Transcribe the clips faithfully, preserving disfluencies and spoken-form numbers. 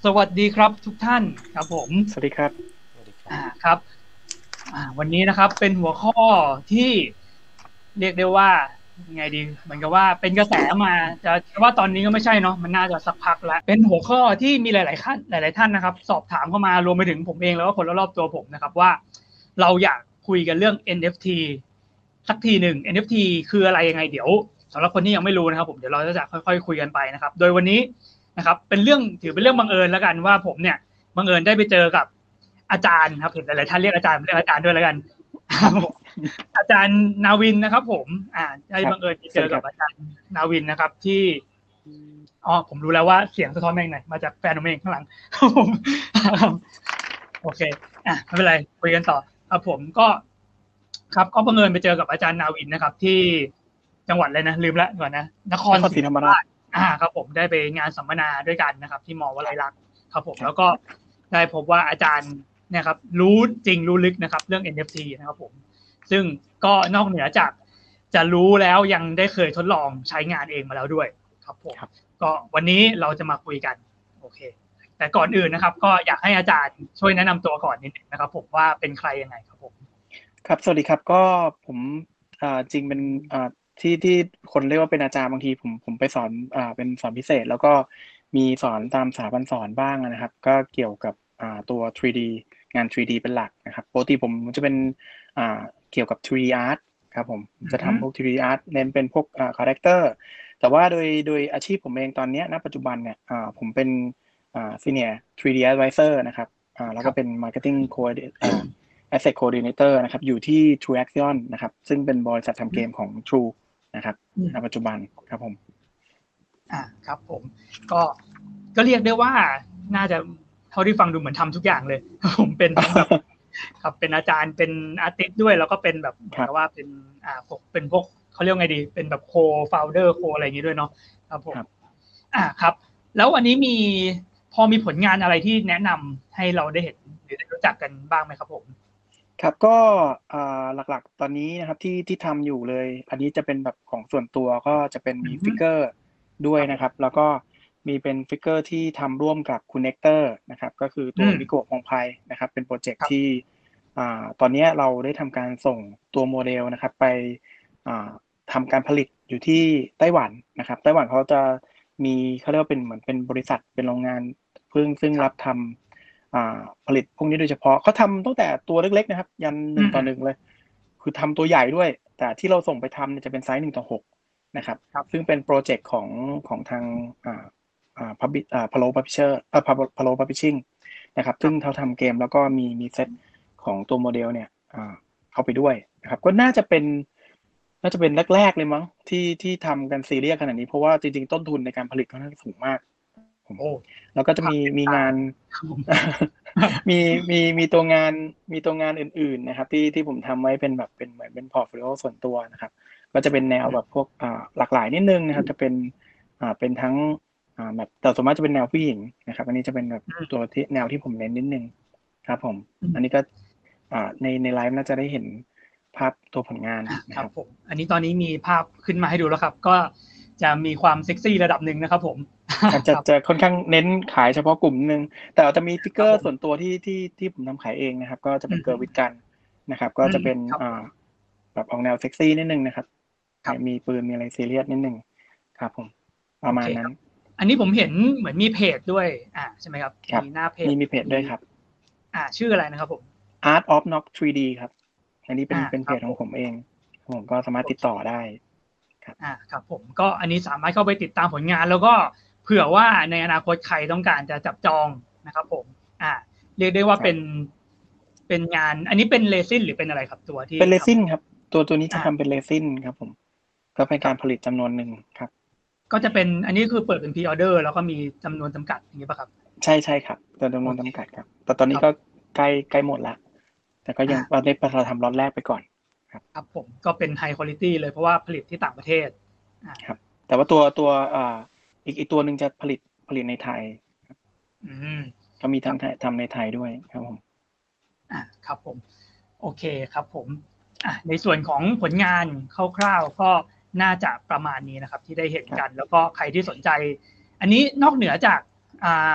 สวัสดีครับทุกท่านครับผมสวัสดีครับอ่าครับอ่าวันนี้นะครับเป็นหัวข้อที่เรียกได้ว่ายังไงดีเหมือนกับว่าเป็นกระแสมาจะว่าตอนนี้ก็ไม่ใช่เนาะมันน่าจะสักพักแล้วเป็นหัวข้อที่มีหลายๆท่านหลายๆท่านนะครับสอบถามเข้ามารวมไปถึงผมเองแล้วก็คนรอบๆตัวผมนะครับว่าเราอยากคุยกันเรื่อง เอ็น เอฟ ที สักทีหนึ่ง เอ็น เอฟ ที คืออะไรยังไงเดี๋ยวสำหรับคนที่ยังไม่รู้นะครับผมเดี๋ยวเราจะค่อยๆคุยกันไปนะครับโดยวันนี้นะครับเป็นเรื่องถือเป็นเรื่องบังเอิญแล้วกันว่าผมเนี่ยบังเอิญได้ไปเจอกับอาจารย์ครับเห็นหลายๆท่านเรียกอาจารย์เรียกอาจารย์ด้วยแล้วกันอาจารย์นาวินนะครับผมอ่าได้บังเอิญไปเจอกับอาจารย์นาวินนะครับที่อ๋อผมรู้แล้วว่าเสียงสะท้อนแม่งไหนมาจากแฟนผมเองข้างหลังครับผมโอเคอ่ะไม่เป็นไรคุยกันต่อครับผมก็ครับก็บังเอิญไปเจอกับอาจารย์นาวินนะครับที่จังหวัดอะไรนะลืมละก่อนนะนครศรีธรรมราชอ่าครับผมได้ไปงานสัมมนาด้วยกันนะครับที่มอวลัยลักษณ์ครับผมแล้วก็ได้พบว่าอาจารย์เนี่ยครับรู้จริงรู้ลึกนะครับเรื่อง เอ็น เอฟ ที นะครับผมซึ่งก็นอกเหนือจากจะรู้แล้วยังได้เคยทดลองใช้งานเองมาแล้วด้วยครับผมก็วันนี้เราจะมาคุยกันโอเคแต่ก่อนอื่นนะครับก็อยากให้อาจารย์ช่วยแนะนำตัวก่อนนิดนึงนะครับผมว่าเป็นใครยังไงครับผมครับสวัสดีครับก็ผมอ่าจริงเป็นอ่าที่ที่คนเรียกว่าเป็นอาจารย์บางทีผมผมไปสอนอ่าเป็นสอนพิเศษแล้วก็มีสอนตามสถาบันสอนบ้างนะครับก็เกี่ยวกับอ่าตัว ทรี ดี งาน ทรี ดี เป็นหลักนะครับปกติผมจะเป็นอ่าเกี่ยวกับ ทรี ดี Art ครับผมจะทำพวก ทรี ดี Art เน้นเป็นพวกอ่า character แต่ว่าโดยโดยอาชีพผมเองตอนนี้ณปัจจุบันเนี่ยอ่าผมเป็นอ่า senior ทรี ดี advisor นะครับอ่าแล้วก็เป็น marketing coordinator Asset Coordinator นะครับอยู่ที่ True Action นะครับซึ่งเป็นบริษัททำเกมของ True นะครับณปัจจุบันครับผมอ่าครับผมก็ก็เรียกได้ว่าน่าจะเท่าที่ฟังดูเหมือนทำทุกอย่างเลยผมเป็นทั้งแบบครับเป็นอาจารย์เป็นอาร์ติสต์ด้วยแล้วก็เป็นแบบเหมือนกับว่าเป็นอ่าเป็นพวกเขาเรียกไงดีเป็นแบบโคฟาวเดอร์โคอะไรอย่างนี้ด้วยเนาะครับผมอ่าครับแล้ววันนี้มีพอมีผลงานอะไรที่แนะนำให้เราได้เห็นหรือได้รู้จักกันบ้างไหมครับผมครับก็หลักๆตอนนี้นะครับที่ที่ทำอยู่เลยอันนี้จะเป็นแบบของส่วนตัวก็จะเป็นมีฟิกเกอร์ด้วยนะครับแล้วก็มีเป็นฟิกเกอร์ที่ทำร่วมกับคุณเนคเตอร์นะครับก็คือตัววิโกะพงไพนะครับเป็นโปรเจกต์ที่ตอนนี้เราได้ทำการส่งตัวโมเดลนะครับไปทำการผลิตอยู่ที่ไต้หวันนะครับไต้หวันเขาจะมีเขาเรียกว่าเป็นเหมือนเป็นบริษัทเป็นโรงงานพึ่งซึ่งรับทำผลิตพวกนี้โดยเฉพาะเขาทำตั้งแต่ตัวเล็กๆนะครับยันหนึ่งต่อหนึ่งเลยคือทำตัวใหญ่ด้วยแต่ที่เราส่งไปทำเนี่ยจะเป็นไซส์หนึ่งต่อหกนะครับซึ่งเป็นโปรเจกต์ของของทางอ่าอ่าพับบิอ่าพาโลพับพิเชอร์เอ่อพาโลพับพิชชิ่งนะครับซึ่งเขาทำเกมแล้วก็มีมีเซตของตัวโมเดลเนี่ยอ่าเข้าไปด้วยนะครับก็น่าจะเป็นน่าจะเป็นแรกๆเลยมั้งที่ที่ทำกันซีเรียสขนาดนี้เพราะว่าจริงๆต้นทุนในการผลิตค่อนข้างสูงมากแล้วก็จะมีมีงานมีมีมีตัวงานมีตัวงานอื่นๆนะครับที่ที่ผมทำไว้เป็นแบบเป็นเหมือนเป็นพอร์ตโฟลิโอส่วนตัวนะครับก็จะเป็นแนวแบบพวกอ่าหลากหลายนิดนึงนะครับจะเป็นอ่าเป็นทั้งอ่าแบบแต่ส่วนมากจะเป็นแนวผู้หญิงนะครับอันนี้จะเป็นแบบตัวที่แนวที่ผมเน้นนิดนึงครับผมอันนี้ก็อ่าในในไลฟ์น่าจะได้เห็นภาพตัวผลงานนะครับผมอันนี้ตอนนี้มีภาพขึ้นมาให้ดูแล้วครับก็จะมีความเซ็กซี่ระดับหนึ่งนะครับผมจะจะค่อนข้างเน้นขายเฉพาะกลุ่มนึงแต่จะมีฟิกเกอร์ส่วนตัวที่ที่ที่ผมทำขายเองนะครับก็จะเป็นเกิร์ลวิดกันนะครับก็จะเป็นอ่าแบบออกแนวเซ็กซี่นิดนึงนะครับมีปืนมีอะไรซีเรียสนิดนึงครับผมประมาณนั้นอันนี้ผมเห็นเหมือนมีเพจด้วยอ่าใช่ไหมครับมีหน้าเพจมีมีเพจด้วยครับอ่าชื่ออะไรนะครับผม Art of Knock ทรี ดี ครับอันนี้เป็นเป็นเพจของผมเองผมก็สามารถติดต่อได้ครับอ่าครับผมก็อันนี้สามารถเข้าไปติดตามผลงานแล้วก็เผื่อว่าในอนาคตใครต้องการจะจับจองนะครับผมอ่าเรียกได้ว่าเป็นเป็นงานอันนี้เป็นเรซินหรือเป็นอะไรครับตัวที่เป็นเรซินครับตัวตัวนี้จะทำเป็นเรซินครับผมก็เป็นการผลิตจำนวนหนึ่งครับก็จะเป็นอันนี้คือเปิดเป็นพรีออเดอร์แล้วก็มีจำนวนจำกัดอย่างนี้ป่ะครับใช่ใช่ครับจำนวนจำกัดครับแต่ตอนนี้ก็ใกล้ใกล้หมดแล้วแต่ก็ยังเราได้เราทำล็อตแรกไปก่อนครับครับผมก็เป็นไฮคุณภาพเลยเพราะว่าผลิตที่ต่างประเทศครับแต่ว่าตัวตัวอ่าอีกอีกตัวหนึ่งจะผลิตผลิตในไทยอืมก็มีทั้งทำในไทยด้วยครับผมอ่าครับผมโอเคครับผมอ่ะในส่วนของผลงานคร่าวๆก็น่าจะประมาณนี้นะครับที่ได้เห็นกันแล้วก็ใครที่สนใจอันนี้นอกเหนือจากอ่า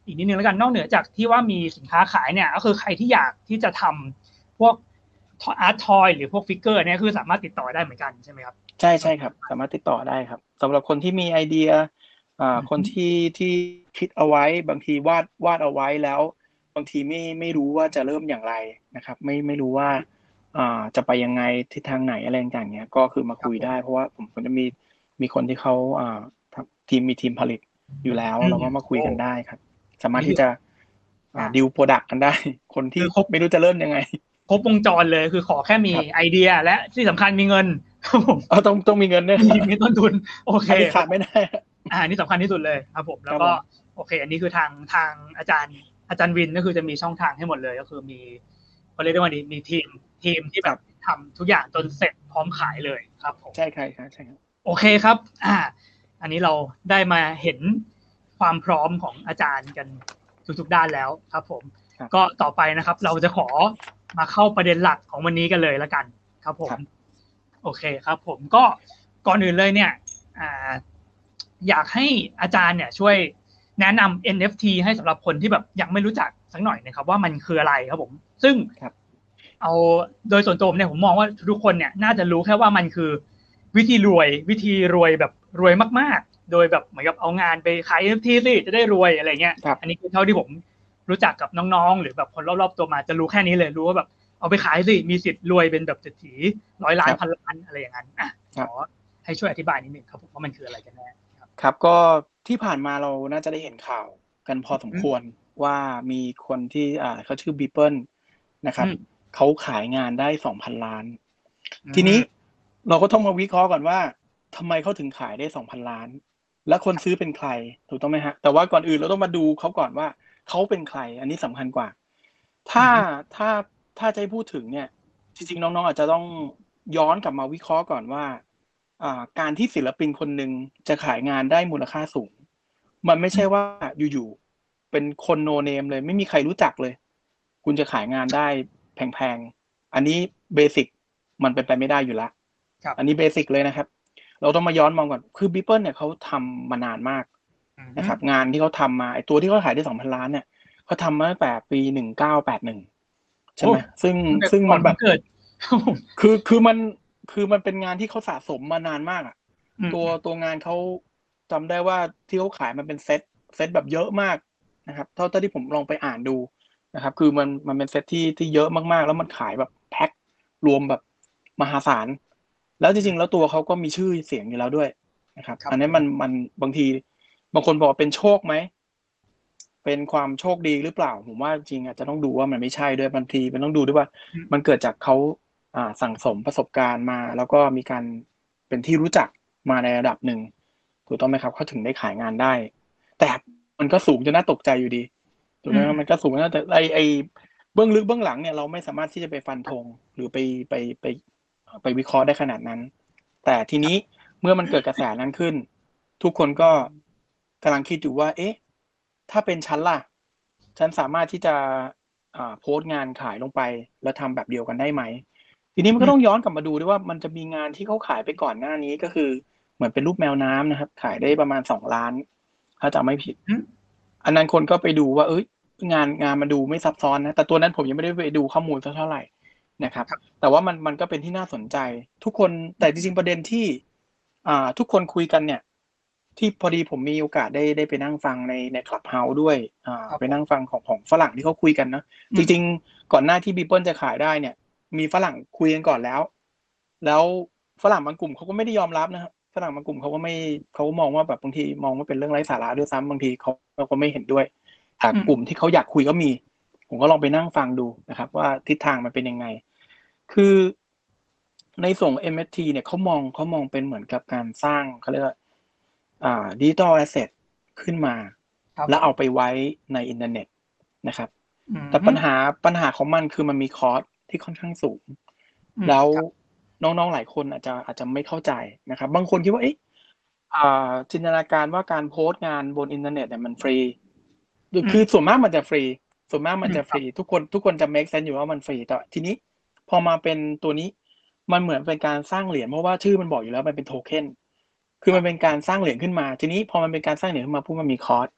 อีกนิดนึงแล้วกันนอกเหนือจากที่ว่ามีสินค้าขายเนี่ยก็คือใครที่อยากที่จะทำพวกอาร์ตทอยหรือพวกฟิกเกอร์เนี่ยคือสามารถติดต่อได้เหมือนกันใช่ไหมครับใช่ใช่ครับสามารถติดต่อได้ครับสำหรับคนที่มีไอเดียอ่าคนที่ที่คิดเอาไว้บางทีวาดวาดเอาไว้แล้วบางทีไม่ไม่รู้ว่าจะเริ่มอย่างไรนะครับไม่ไม่รู้ว่าอ่าจะไปยังไงทิศทางไหนอะไรต่างๆเนี้ยก็คือมาคุยได้เพราะว่าผมผมจะมีมีคนที่เขาอ่าทีมมีทีมผลิตอยู่แล้วเราก็มาคุยกันได้ครับสามารถที่จะอ่าดิวโปรดักต์กันได้คนที่ไม่รู้จะเริ่มยังไงครบวงจรเลยคือขอแค่มีไอเดียและที่สำคัญมีเงินครับผมเออต้องต้องมีเงินด้วยมีมีต้นทุนโอเคอันนี้ขาดไม่ได้อ่านี่สำคัญที่สุดเลยครับผมแล้วก็โอเคอันนี้คือทางทางอาจารย์อาจารย์วินก็คือจะมีช่องทางให้หมดเลยก็คือมีเขาเรียกได้ว่ามีทีมทีมที่แบบทำทุกอย่างจนเสร็จพร้อมขายเลยครับผมใช่ใช่ครับใช่ครับโอเคครับอ่าอันนี้เราได้มาเห็นความพร้อมของอาจารย์กันทุกๆด้านแล้วครับผมก็ต่อไปนะครับเราจะขอมาเข้าประเด็นหลักของวันนี้กันเลยละกันครับผมโอเคครับผมก็ก่อนอื่นเลยเนี่ยอ่าอยากให้อาจารย์เนี่ยช่วยแนะนำ เอ็น เอฟ ที ให้สำหรับคนที่แบบยังไม่รู้จักสักหน่อยนะครับว่ามันคืออะไรครับผมซึ่งเอาโดยส่วนตัวเนี่ยผมมองว่าทุกคนเนี่ยน่าจะรู้แค่ว่ามันคือวิธีรวยวิธีรวยแบบรวยมากๆโดยแบบเหมือนกับเอางานไปขาย เอ็น เอฟ ที สิจะได้รวยอะไรเงี้ยอันนี้คือเท่าที่ผมรู้จักกับน้องๆหรือแบบคนรอบๆตัวมาจะรู้แค่นี้เลยรู้ว่าแบบเอาไปขายสิมีสิทธิ์รวยเป็นแบบเศรษฐีร้อยล้านพันล้านอะไรอย่างนั้นอ่ะขอให้ช่วยอธิบายนิดนึงครับผมว่ามันคืออะไรกันแน่ครับก็ที่ผ่านมาเราน่าจะได้เห็นข่าวกันพอสมควรว่ามีคนที่อ่าเขาชื่อบีเปิลนะครับเขาขายงานได้ สองพัน ล้านทีนี้เราก็ต้องมาวิเคราะห์ก่อนว่าทำไมเขาถึงขายได้ สองพัน ล้านและคนซื้อเป็นใครถูกต้องไหมฮะแต่ว่าก่อนอื่นเราต้องมาดูเขาก่อนว่าเขาเป็นใครอันนี้สำคัญกว่าถ้าถ้าถ้าจะให้พูดถึงเนี่ยจริงๆน้องๆอาจจะต้องย้อนกลับมาวิเคราะห์ก่อนว่าการที่ศิลปินคนหนึ่งจะขายงานได้มูลค่าสูงมันไม่ใช่ว่าอยู่ๆเป็นคนโนเนมเลยไม่มีใครรู้จักเลยคุณจะขายงานได้แพงๆอันนี้เบสิกมันเป็นไปไม่ได้อยู่แล้วอันนี้เบสิกเลยนะครับเราต้องมาย้อนมองก่อนคือบีเปิลเนี่ยเขาทำมานานมากนะครับงานที่เขาทำมาไอตัวที่เขาขายได้สองพันล้านเนี่ยเขาทำมาตั้งแต่ปีหนึ่งเก้าแปดหนึ่งใช่ไหมซึ่งซึ่งมันแบบเกิดคือคือมันคือมันเป็นงานที่เขาสะสมมานานมากอ่ะตัวตัวงานเขาจำได้ว่าที่เขาขายมันเป็นเซตเซตแบบเยอะมากนะครับเท่าที่ผมลองไปอ่านดูนะครับคือมันมันเป็นเซตที่ที่เยอะมากๆแล้วมันขายแบบแพ็ครวมแบบมหาศาลแล้วจริงๆแล้วตัวเขาก็มีชื่อเสียงอยู่แล้วด้วยนะครับอันนี้มันมันบางทีบางคนบอกเป็นโชคไหมเป็นความโชคดีหรือเปล่าผมว่าจริงอาจจะต้องดูว่ามันไม่ใช่ด้วยบางทีมันต้องดูด้วยว่ามันเกิดจากเขาอ่าสั่งสมประสบการณ์มาแล้วก็มีการเป็นที่รู้จักมาในระดับหนึ่งถูกต้องไหมครับเขาถึงได้ขายงานได้แต่มันก็สูงจนน่าตกใจอยู่ดีถูกไหมมันก็สูงนะแต่ไอไอเบื้องลึกเบื้องหลังเนี่ยเราไม่สามารถที่จะไปฟันธงหรือไปไปไปไปวิเคราะห์ได้ขนาดนั้นแต่ทีนี้เมื่อมันเกิดกระแสนั้นขึ้นทุกคนก็กำลังคิดอยู่ว่าเอ๊ะถ้าเป็นฉันล่ะฉันสามารถที่จะโพสต์งานขายลงไปแล้วทำแบบเดียวกันได้ไหมทีนี้มันก็ต้องย้อนกลับมาดูด้วยว่ามันจะมีงานที่เขาขายไปก่อนหน้านี้ก็คือเหมือนเป็นรูปแมวน้ำนะครับขายได้ประมาณสองล้านถ้าจำไม่ผิดอันนั้นคนก็ไปดูว่าเอ้ยงานงานมันดูไม่ซับซ้อนนะแต่ตัวนั้นผมยังไม่ได้ไปดูข้อมูลสักเท่าไหร่นะครับแต่ว่ามันมันก็เป็นที่น่าสนใจทุกคนแต่จริงๆประเด็นที่อ่าทุกคนคุยกันเนี่ยที่พอดีผมมีโอกาสได้ได้ไปนั่งฟังในในคลับเฮาส์ด้วยอ่าไปนั่งฟังของของฝรั่งที่เขาคุยกันนะจริงๆก่อนหน้าที่บีเปิลจะขายได้เนี่ยมีฝรั่งคุยกันก่อนแล้วแล้วฝรั่งบางกลุ่มเขาก็ไม่ได้ยอมรับนะครับฝรั่งบางกลุ่มเขาก็ไม่เขามองว่าแบบบางทีมองว่าเป็นเรื่องไร้สาระด้วยซ้ำบางทีเขาเขาก็ไม่เห็นด้วยแต่กลุ่มที่เขาอยากคุยก็มีผมก็ลองไปนั่งฟังดูนะครับว่าทิศทางมันเป็นยังไงคือในส่ง เอ็ม เอฟ ที เนี่ยเขามองเขามองเป็นเหมือนกับการสร้างเขาเรียกว่าอ่า digital asset ขึ้นมาแล้วเอาไปไว้ในอินเทอร์เน็ตนะครับแต่ปัญหาปัญหาของมันคือมันมีคอสที่ค่อนข้างสูงแล้วน้องๆหลายคนอาจจะอาจจะไม่เข้าใจนะครับบางคนคิดว่าเอ๊ะอ่าจินตนาการว่าการโพสต์งานบนอินเทอร์เน็ตเนี่ยมันฟรีคือส่วนมากมันจะฟรีส่วนมากมันจะฟรีทุกคนทุกคนจะ make sense อยู่ว่ามันฟรีแต่ทีนี้พอมาเป็นตัวนี้มันเหมือนเป็นการสร้างเหรียญเพราะว่าชื่อมันบอกอยู่แล้วมันเป็นโทเค็นคือมันเป็นการสร้างเหรียญขึ้นมาทีนี้พอมันเป็นการสร้างเหรียญขึ้นมาพูดมันมีคอส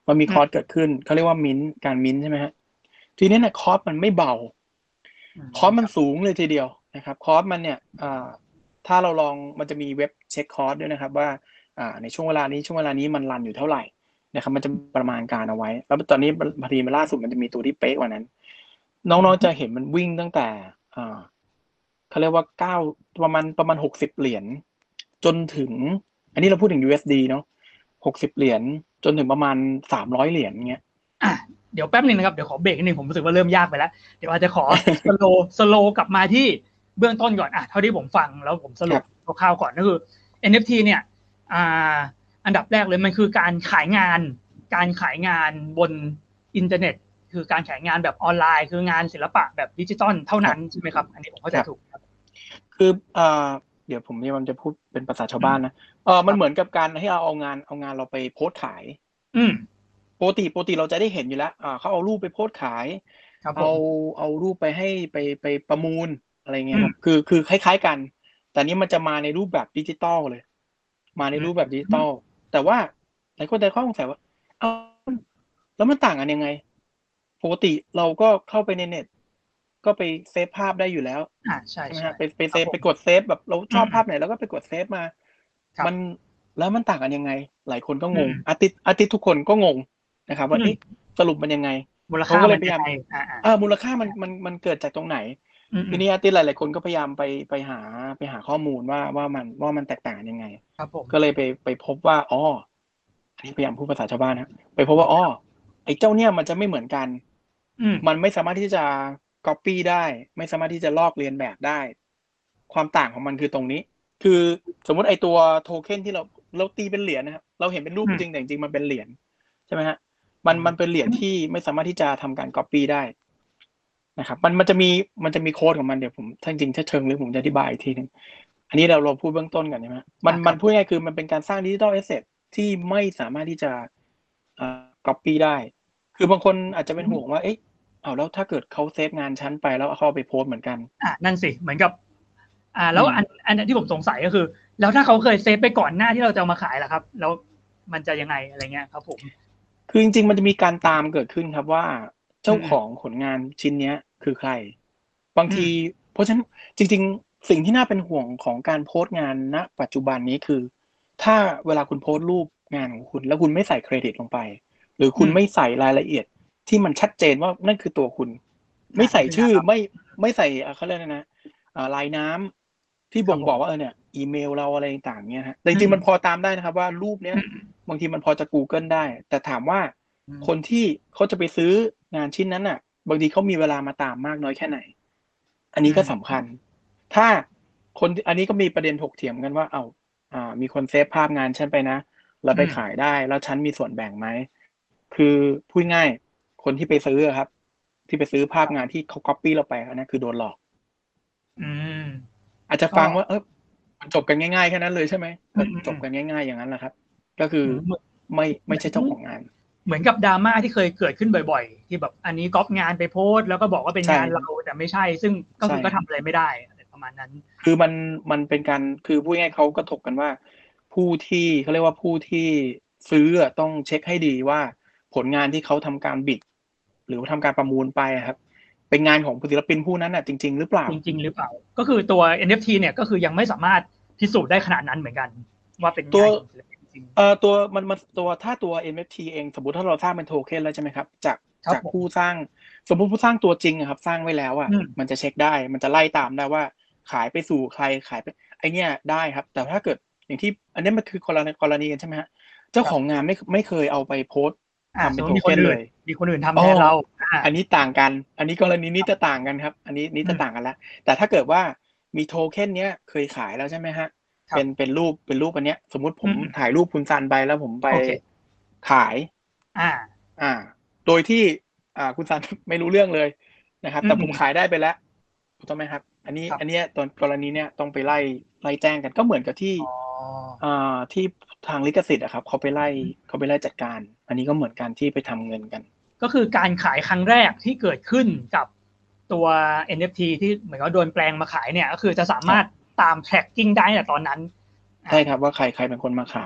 มันมีคอร์สเกิดขึ้นเขาเรียกว่ามิ้นการมิ้นใช่ไหมฮะทีนี้เนี่ยคอร์สมันไม่เบาคอร์สมันสูงเลยทีเดียวนะครับคอร์สมันเนี่ยถ้าเราลองมันจะมีเว็บเช็คคอร์สด้วยนะครับว่าในช่วงเวลานี้ช่วงเวลานี้มันรันอยู่เท่าไหร่นะครับมันจะประมาณการเอาไว้แล้วตอนนี้พอดีมาล่าสุดมันจะมีตัวที่เป๊ะกว่านั้นน้องๆจะเห็นมันวิ่งตั้งแต่เขาเรียกว่าเก้าประมาณประมาณหกสิบเหรียญจนถึงอันนี้เราพูดถึง ยู เอส ดี เนาะหกสิบเหรียญจนถึงประมาณสามร้อยเหรียญเงี้ยอ่ะเดี๋ยวแป๊บนึงนะครับเดี๋ยวขอเบรกนิดนึงผมรู้สึกว่าเริ่มยากไปแล้วเดี๋ยวอาจจะขอ สโลสโลกลับมาที่เบื้องต้นก่อนอ่ะเท่าที่ผมฟังแล้วผมสรุปคร่าวๆก่อนก็คือ เอ็น เอฟ ที เนี่ยอ่าอันดับแรกเลยมันคือการขายงานการขายงานบนอินเทอร์เน็ตคือการขายงานแบบออนไลน์คืองานศิลปะแบบดิจิตอลเท่านั้นใช่ไหมครับอันนี้ผมเข้าใจถูกครับคืออ่าเดี๋ยวผมพยายามจะพูดเป็นภาษาชาวบ้านนะเออมันเหมือนกับการให้เราเอางานเอางานเราไปโพสต์ขายอืมปกติปกติเราจะได้เห็นอยู่แล้วอ่าเขาเอารูปไปโพสต์ขายเอาเอารูปไปให้ไปไปประมูลอะไรเงี้ยครับคือคือคล้ายๆกันแต่นี้มันจะมาในรูปแบบดิจิตอลเลยมาในรูปแบบดิจิตอลแต่ว่าหลายคนจะข้อสงสัยว่าเอ้าแล้วมันต่างกันยังไงปกติเราก็เข้าไปในเน็ตก็ไปเซฟภาพได้อยู่แล้วอ่าใช่ใช่ไหมใช่ฮะไปไปเซฟไปกดเซฟแบบเราชอบภาพไหนเราก็ไปกดเซฟมามันแล้วมันต่างกันยังไงหลายคนก็งงอาทิตย์อาทิตย์ทุกคนก็งงนะครับว่าสรุปมันยังไงมูลค่ามันยังไงอ่ามูลค่ามันมันมันเกิดจากตรงไหนทีนี้อาทิตย์หลายๆคนก็พยายามไปไปหาไปหาข้อมูลว่าว่ามันว่ามันแตกต่างยังไงก็เลยไปไปพบว่าอ๋ออันนี้พยายามพูดภาษาชาวบ้านนะไปพบว่าอ๋อไอ้เจ้าเนี่ยมันจะไม่เหมือนกันมันไม่สามารถที่จะ copy ได้ไม่สามารถที่จะลอกเลียนแบบได้ความต่างของมันคือตรงนี้คือสมมติไอ้ตัวโทเค็นที่เราเราตีเป็นเหรียญนะครับเราเห็นเป็นรูปจริงแต่จริงมันเป็นเหรียญใช่ไหมฮะมันมันเป็นเหรียญที่ไม่สามารถที่จะทำการ copy ได้นะครับมันมันจะมีมันจะมีโค้ดของมันเดี๋ยวผมถ้าจริงถ้าเชิงลึกผมจะอธิบายอีกทีนึงอันนี้เราเราพูดเบื้องต้นกันใช่ไหมมันมันพูดง่ายคือมันเป็นการสร้างดิจิทัลแอสเซทที่ไม่สามารถที่จะอ่า copy ได้คือบางคนอาจจะเป็นห่วงว่าเอ๊ะเอาแล้วถ้าเกิดเขาเซฟงานชั้นไปแล้วเขาเอาไปโพสเหมือนกันอ่านั่นสิเหมือนกับอ่าแล้วอันอันที่ผมสงสัยก็คือแล้วถ้าเขาเคยเซฟไปก่อนหน้าที่เราจะมาขายล่ะครับแล้วมันจะยังไงอะไรเงี้ยครับผมคือจริงๆมันจะมีการตามเกิดขึ้นครับว่าเจ้าของผลงานชิ้นนี้คือใครบางทีเพราะฉะนั้นจริงๆสิ่งที่น่าเป็นห่วงของการโพสต์งานณปัจจุบันนี้คือถ้าเวลาคุณโพสต์รูปงานของคุณแล้วคุณไม่ใส่เครดิตลงไปหรือคุณไม่ใส่รายละเอียดที่มันชัดเจนว่านั่นคือตัวคุณไม่ใส่ชื่อไม่ไม่ใส่เขาเรียกนะลายน้ำที่บ่งบอกว่าเออเนี่ยอีเมลเราอะไรต่างๆเนี่ยฮะแต่จริงๆมันพอตามได้นะครับว่ารูปเนี้ยบางทีมันพอจะ Google ได้แต่ถามว่าคนที่เขาจะไปซื้องานชิ้นนั้นน่ะบางทีเขามีเวลามาตามมากน้อยแค่ไหนอันนี้ก็สำคัญถ้าคนอันนี้ก็มีประเด็นถกเถียงกันว่าเอาอ่ามีคนเซฟภาพงานฉันไปนะแล้วไปขายได้แล้วฉันมีส่วนแบ่งไหมคือพูดง่ายคนที่ไปซื้อครับที่ไปซื้อภาพงานที่เขาก๊อปปี้เราไปอันนั้นคือโดนหลอกอืมอาจจะฟังว่าเออมันจบกันง่ายๆแค่นั้นเลยใช่ไหมก็จบกันง่ายๆอย่างนั้นแหละครับก็คือไม่ไม่ใช่เจ้าของงานเหมือนกับดราม่าที่เคยเกิดขึ้นบ่อยๆที่แบบอันนี้ก๊อปงานไปโพสแล้วก็บอกว่าเป็นงานเราแต่ไม่ใช่ซึ่งก็คือก็ทำอะไรไม่ได้ประมาณนั้นคือมันมันเป็นการคือพูดง่ายเขาก็ถกกันว่าผู้ที่เขาเรียกว่าผู้ที่ซื้อต้องเช็คให้ดีว่าผลงานที่เขาทำการบิดหรือทำการประมูลไปครับเป็นงานของศิลปินผู้นั้นน่ะจริงๆหรือเปล่าจริงๆหรือเปล่าก็คือตัว เอ็น เอฟ ที เนี่ยก็คือยังไม่สามารถพิสูจน์ได้ขนาดนั้นเหมือนกันว่าเป็นตัวเอ่อตัวมันมันตัวถ้าตัว เอ็น เอฟ ที เองสมมุติถ้าเราสร้างเป็นโทเค็นแล้วใช่ไหมครับจากจากผู้สร้างสมมุติผู้สร้างตัวจริงครับสร้างไว้แล้วอ่ะมันจะเช็คได้มันจะไล่ตามได้ว่าขายไปสู่ใครขายไปไอเนี้ยได้ครับแต่ถ้าเกิดอย่างที่อันนี้มันคือคนละกรณีกันใช่ไหมฮะเจ้าของงานไม่ไม่เคยเอาไปโพสต์ทำเป็นโทเค็นเลยมีคนอื่นทำแทนเราอันนี้ต่างกันอันนี้กรณีนี้จะต่างกันครับอันนี้นี้จะต่างกันแล้วแต่ถ้าเกิดว่ามีโทเค็นเนี้ยเคยขายแล้วใช่ไหมฮะเป็นเป็นรูปเป็นรูปอันเนี้ยสมมุติผมถ่ายรูปคุณซันไปแล้วผมไปขายอ่าอ่าโดยที่อ่าคุณซันไม่รู้เรื่องเลยนะครับแต่ผมขายได้ไปแล้วถูกต้องไหมครับอันนี้อันนี้ตอนกรณีเนี้ยต้องไปไล่ไล่แจ้งกันก็เหมือนกับที่อ่าที่ทางลิขสิทธิ์อะครับเขาไปไล่เขาไปไล่จัดการอันนี้ก็เหมือนกันที่ไปทำเงินกันก็คือการขายครั้งแรกที่เกิดขึ้นกับตัว เอ็น เอฟ ที ที่เหมือนกับโดนแปลงมาขายเนี่ยก็คือจะสามารถตาม tracking ได้ในตอนนั้นใช่ครับว่าใครใครเป็นคนมาขาย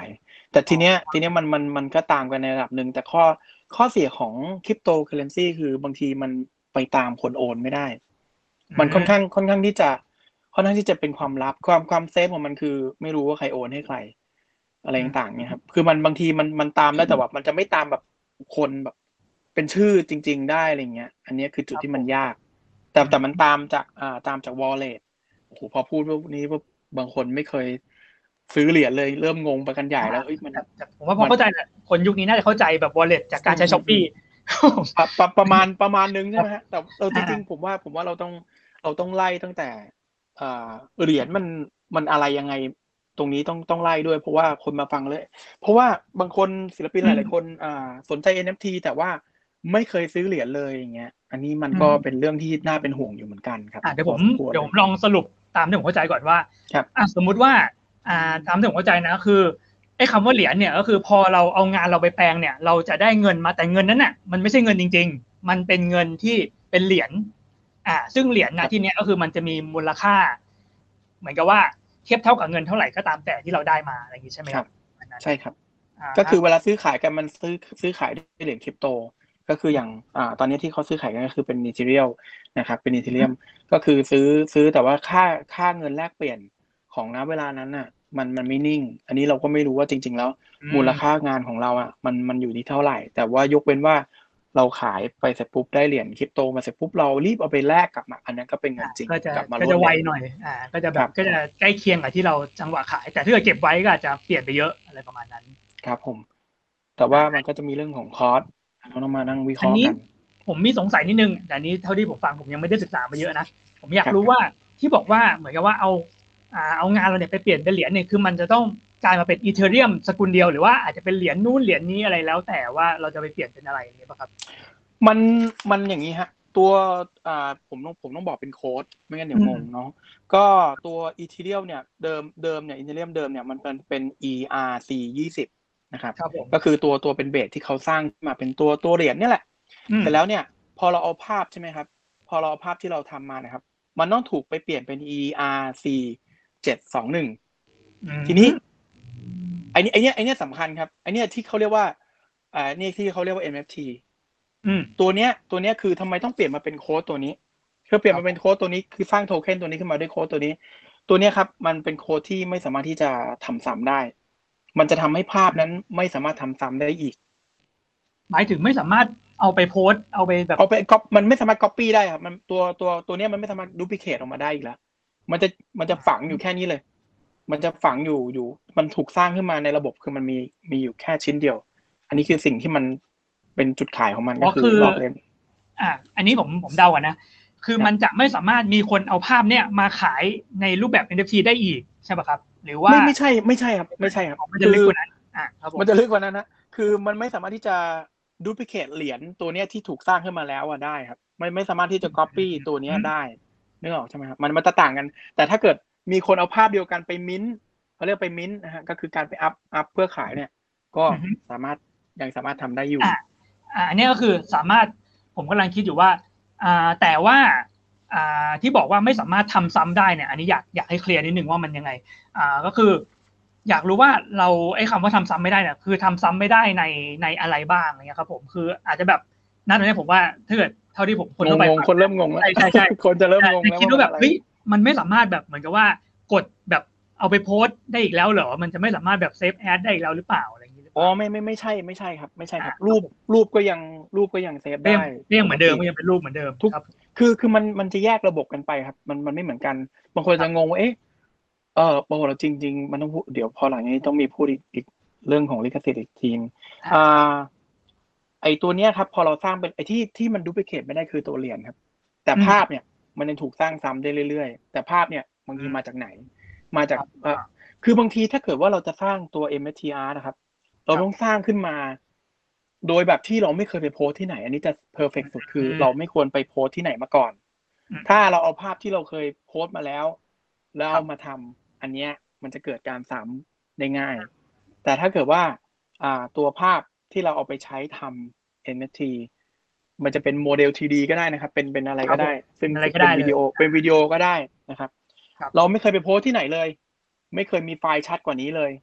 แต่ทีเนี้ยทีเนี้ยมันมันมันก็ต่างกันในระดับหนึ่งแต่ข้อข้อเสียของคริปโตเคอเรนซีคือบางทีมันไปตามคนโอนไม่ได้มันค่อนข้างค่อนข้างที่จะค่อนข้างที่จะเป็นความลับความความเซฟของมันคือไม่รู้ว่าใครโอนให้ใครอะไรต่างๆเนี่ยครับคือมันบางทีมันมันตามได้แต่ว่ามันจะไม่ตามแบบคนแบบเป็นชื่อจริงๆได้อะไรเงี้ยอันนี้คือจุดที่มันยากแต่แต่มันตามจากอ่าตามจาก wallet โอ้โหพอพูดว่านี้ว่าบางคนไม่เคยซื้อเหรียญเลยเริ่มงงไปกันใหญ่แล้วเฮ้ยมันผมว่าพอเข้าใจแหละคนยุคนี้น่าจะเข้าใจแบบ wallet จากการใช้ Shopee ประประมาณประมาณนึงใช่ไหมฮะแต่เออจริงๆผมว่าผมว่าเราต้องเราต้องไล่ตั้งแต่อ่าเหรียญมันมันอะไรยังไงตรงนี้ต้องต้องไล่ด้วยเพราะว่าคนมาฟังเลยเพราะว่าบางคนศิลปินหลายๆคนอ่าสนใจ เอ็น เอฟ ที แต่ว่าไม่เคยซื้อเหรียญเลยอย่างเงี้ยอันนี้มันก็เป็นเรื่องที่น่าเป็นห่วงอยู่เหมือนกันครับเดี๋ยวผมเดี๋ยวผมลองสรุปตามที่ผมเข้าใจก่อนว่าสมมุติว่าอ่าตามที่ผมเข้าใจนะคือไอ้คำว่าเหรียญเนี่ยก็คือพอเราเอางานเราไปแปลงเนี่ยเราจะได้เงินมาแต่เงินนั้นน่ะมันไม่ใช่เงินจริงๆมันเป็นเงินที่เป็นเหรียญอ่าซึ่งเหรียญนะที่เนี้ยก็คือมันจะมีมูลค่าเหมือนกับว่าเทียบเท่ากับเงินเท่าไหร่ก็ตามแต่ที่เราได้มาอะไรอย่างนี้ใช่ไหมครับใช่ครับก็คือเวลาซื้อขายกันมันซื้อซื้อขายด้วยเหรียญคริปโตก็คืออย่างอ่าตอนนี้ที่เขาซื้อขายกันก็คือเป็นอีเธเรียมนะครับเป็นอีเธเรียมก็คือซื้อซื้อแต่ว่าค่าค่าเงินแลกเปลี่ยนของณเวลานั้นน่ะมันมันไม่นิ่งอันนี้เราก็ไม่รู้ว่าจริงๆแล้วมูลค่างานของเราอ่ะมันมันอยู่ที่เท่าไหร่แต่ว่ายกเว้นว่าเราขายไปเสร็จปุ๊บได้เหรียญคริปโตมาเสร็จปุ๊บเรารีบเอาไปแลกกลับมาอันนั้นก็เป็นเงินจริงกลับมาก็จะไวหน่อยอ่าก็จะแบบก็จะใกล้เคียงกับที่เราจังหวะขายแต่ถ้าเกิดเก็บไว้ก็อาจจะเปลี่ยนไปเยอะอะไรประมาณนั้นครับผมแต่ว่ามันก็จะมีเรื่องของคอสเราต้องมานั่งวิเคราะห์กันผมมีสงสัยนิดนึงแต่นี้เท่าที่ผมฟังผมยังไม่ได้ศึกษามาเยอะนะผมอยากรู้ว่าที่บอกว่าเหมือนกับว่าเอาอ่าเอางานเราเนี่ยไปเปลี่ยนเป็นเหรียญเนี่ยคือมันจะต้องกลายมาเป็นอีเธเรียมสกุลเดียวหรือว่าอาจจะเป็นเหรียญนู้นเหรียญนี้อะไรแล้วแต่ว่าเราจะไปเปลี่ยนเป็นอะไรอย่างเงี้ยป่ะครับมันมันอย่างนี้ฮะตัวอ่าผมต้องผมต้องบอกเป็นโค้ดไม่งั้นเดี๋ยวงงเนาะก็ตัวอีเธเรียมเนี่ยเดิมเดิมเนี่ยอีเธเรียมเดิมเนี่ยมันเป็นเป็น อี อาร์ ซี ยี่สิบนะครับก็คือตัวตัวเป็นเบสที่เขาสร้างมาเป็นตัวตัวเหรียญนี่แหละแต่แล้วเนี่ยพอเราเอาภาพใช่ไหมครับพอเราเอาภาพที่เราทำมานะครับมันต้องถูกไปเปลี่ยนเป็น อี อาร์ ซี เจ็ดสองหนึ่งทีนี้ไอ้นี่ไอ้นี่ไอ้นี่สำคัญครับไอ้นี่ที่เขาเรียกว่าอ่านี่ที่เขาเรียกว่า เอ็น เอฟ ที ตัวเนี้ยตัวเนี้ยคือทำไมต้องเปลี่ยนมาเป็นโค้ดตัวนี้เพื่อเปลี่ยนมาเป็นโค้ดตัวนี้คือสร้างโทเค็นตัวนี้ขึ้นมาด้วยโค้ดตัวนี้ตัวเนี้ยครับมันเป็นโค้ดที่ไม่สามารถที่จะทำซ้ำได้มันจะทำให้ภาพนั้นไม่สามารถทำซ้ำได้อีกหมายถึงไม่สามารถเอาไปโพสเอาไปแบบเอาไปก๊อปมันไม่สามารถก๊อปปี้ได้ครับมันตัวตัวตัวเนี้ยมันไม่สามารถดูพลิเคทออกมาได้อีกแล้วมันจะมันจะฝังอยู่แค่นี้เลยมันจะฝังอยู่อยู่มันถูกสร้างขึ้นมาในระบบคือมันมีมีอยู่แค่ชิ้นเดียวอันนี้คือสิ่งที่มันเป็นจุดขายของมันก็คือลอกเล่นอ่าอันนี้ผมผมเดาอ่ะนะคือมันจะไม่สามารถมีคนเอาภาพเนี้ยมาขายในรูปแบบ เอ็น เอฟ ที ได้อีกใช่ป่ะครับหรือว่าไม่ไม่ใช่ไม่ใช่ครับไม่ใช่ครับมันจะลึกกว่านั้นอ่าครับผมมันจะลึกกว่านั้นนะคือมันไม่สามารถที่จะดูพลิเคทเหรียญตัวเนี้ยที่ถูกสร้างขึ้นมาแล้วอ่ะได้ครับไม่ไม่สามารถที่จะก๊อปปี้ตัวเนี้ยได้นึกออกใช่ไหมครับมันมันจะต่างกันแต่ถ้าเกิดมีคนเอาภาพเดียวกันไปมิ้นเขาเรียกไปมิ้นนะฮะก็คือการไปอัพอัพเพื่อขายเนี่ยก็สามารถยังสามารถทำได้อยู่อ่าอันนี้ก็คือสามารถผมกำลังคิดอยู่ว่าอ่าแต่ว่าอ่าที่บอกว่าไม่สามารถทำซ้ำได้เนี่ยอันนี้อยากอยากให้เคลียร์นิดนึงว่ามันยังไงอ่าก็คืออยากรู้ว่าเราไอ้คำว่าทำซ้ำไม่ได้เนี่ยคือทำซ้ำไม่ได้ในในอะไรบ้างเนี่ยครับผมคืออาจจะแบบนั่นตรงนี้ผมว่าถ้าเกิดเท่าที่ผมคนเข้าไปคนเริ่มงงแล้วใช่ใช่ใช่คนจะเริ่มงงแล้วคิดว่าแบบเฮ้ยมันไม่สามารถแบบเหมือนกับว่ากดแบบเอาไปโพสได้อีกแล้วเหรอมันจะไม่สามารถแบบเซฟแอดได้อีกแล้วหรือเปล่าอะไรอย่างนี้อ๋อไม่ไม่ไม่ใช่ไม่ใช่ครับไม่ใช่ครับรูปรูปก็ยังรูปก็ยังเซฟได้ยังเหมือนเดิมยังเป็นรูปเหมือนเดิมทุกคือคือมันมันจะแยกระบบกันไปครับมันมันไม่เหมือนกันบางคนจะงงว่าเอ๊ะเออโปรเราจริงๆมันต้องเดี๋ยวพอหลังนี้ต้องมีพูดอีกเรื่องของลิขสิทธิ์อีกทีนอ่าไอตัวเนี้ยครับพอเราสร้างเป็นไอที่ที่มันดูพลิเคทไม่ได้คือตัวเหรียญครับแต่ภาพเนี่ยมันยังถูกสร้างซ้ำได้เรื่อยๆแต่ภาพเนี่ยบางทีมาจากไหนมาจากเอ่อคือบางทีถ้าเกิดว่าเราจะสร้างตัว เอ็ม เอฟ ที อาร์ นะครับเราต้องสร้างขึ้นมาโดยแบบที่เราไม่เคยไปโพสที่ไหนอันนี้จะเพอร์เฟกต์สุดคือเราไม่ควรไปโพสที่ไหนมาก่อนถ้าเราเอาภาพที่เราเคยโพสมาแล้วแล้วเอามาทำอันเนี้ยมันจะเกิดการซ้ำได้ง่ายแต่ถ้าเกิดว่าอ่าตัวภาพที่เราเอาไปใช้ทำ เอ็น เอฟ ที มันจะเป็นโมเดล ที ดี ก็ได้นะครับเป็นเป็นอะไรก็ได้ซึ่งเป็นวิดีโอเป็นวิดีโอก็ได้นะครับเราไม่เคยไปโพสที่ไหนเลยไม่เคยมีไฟล์ชัดกว่านี้เลย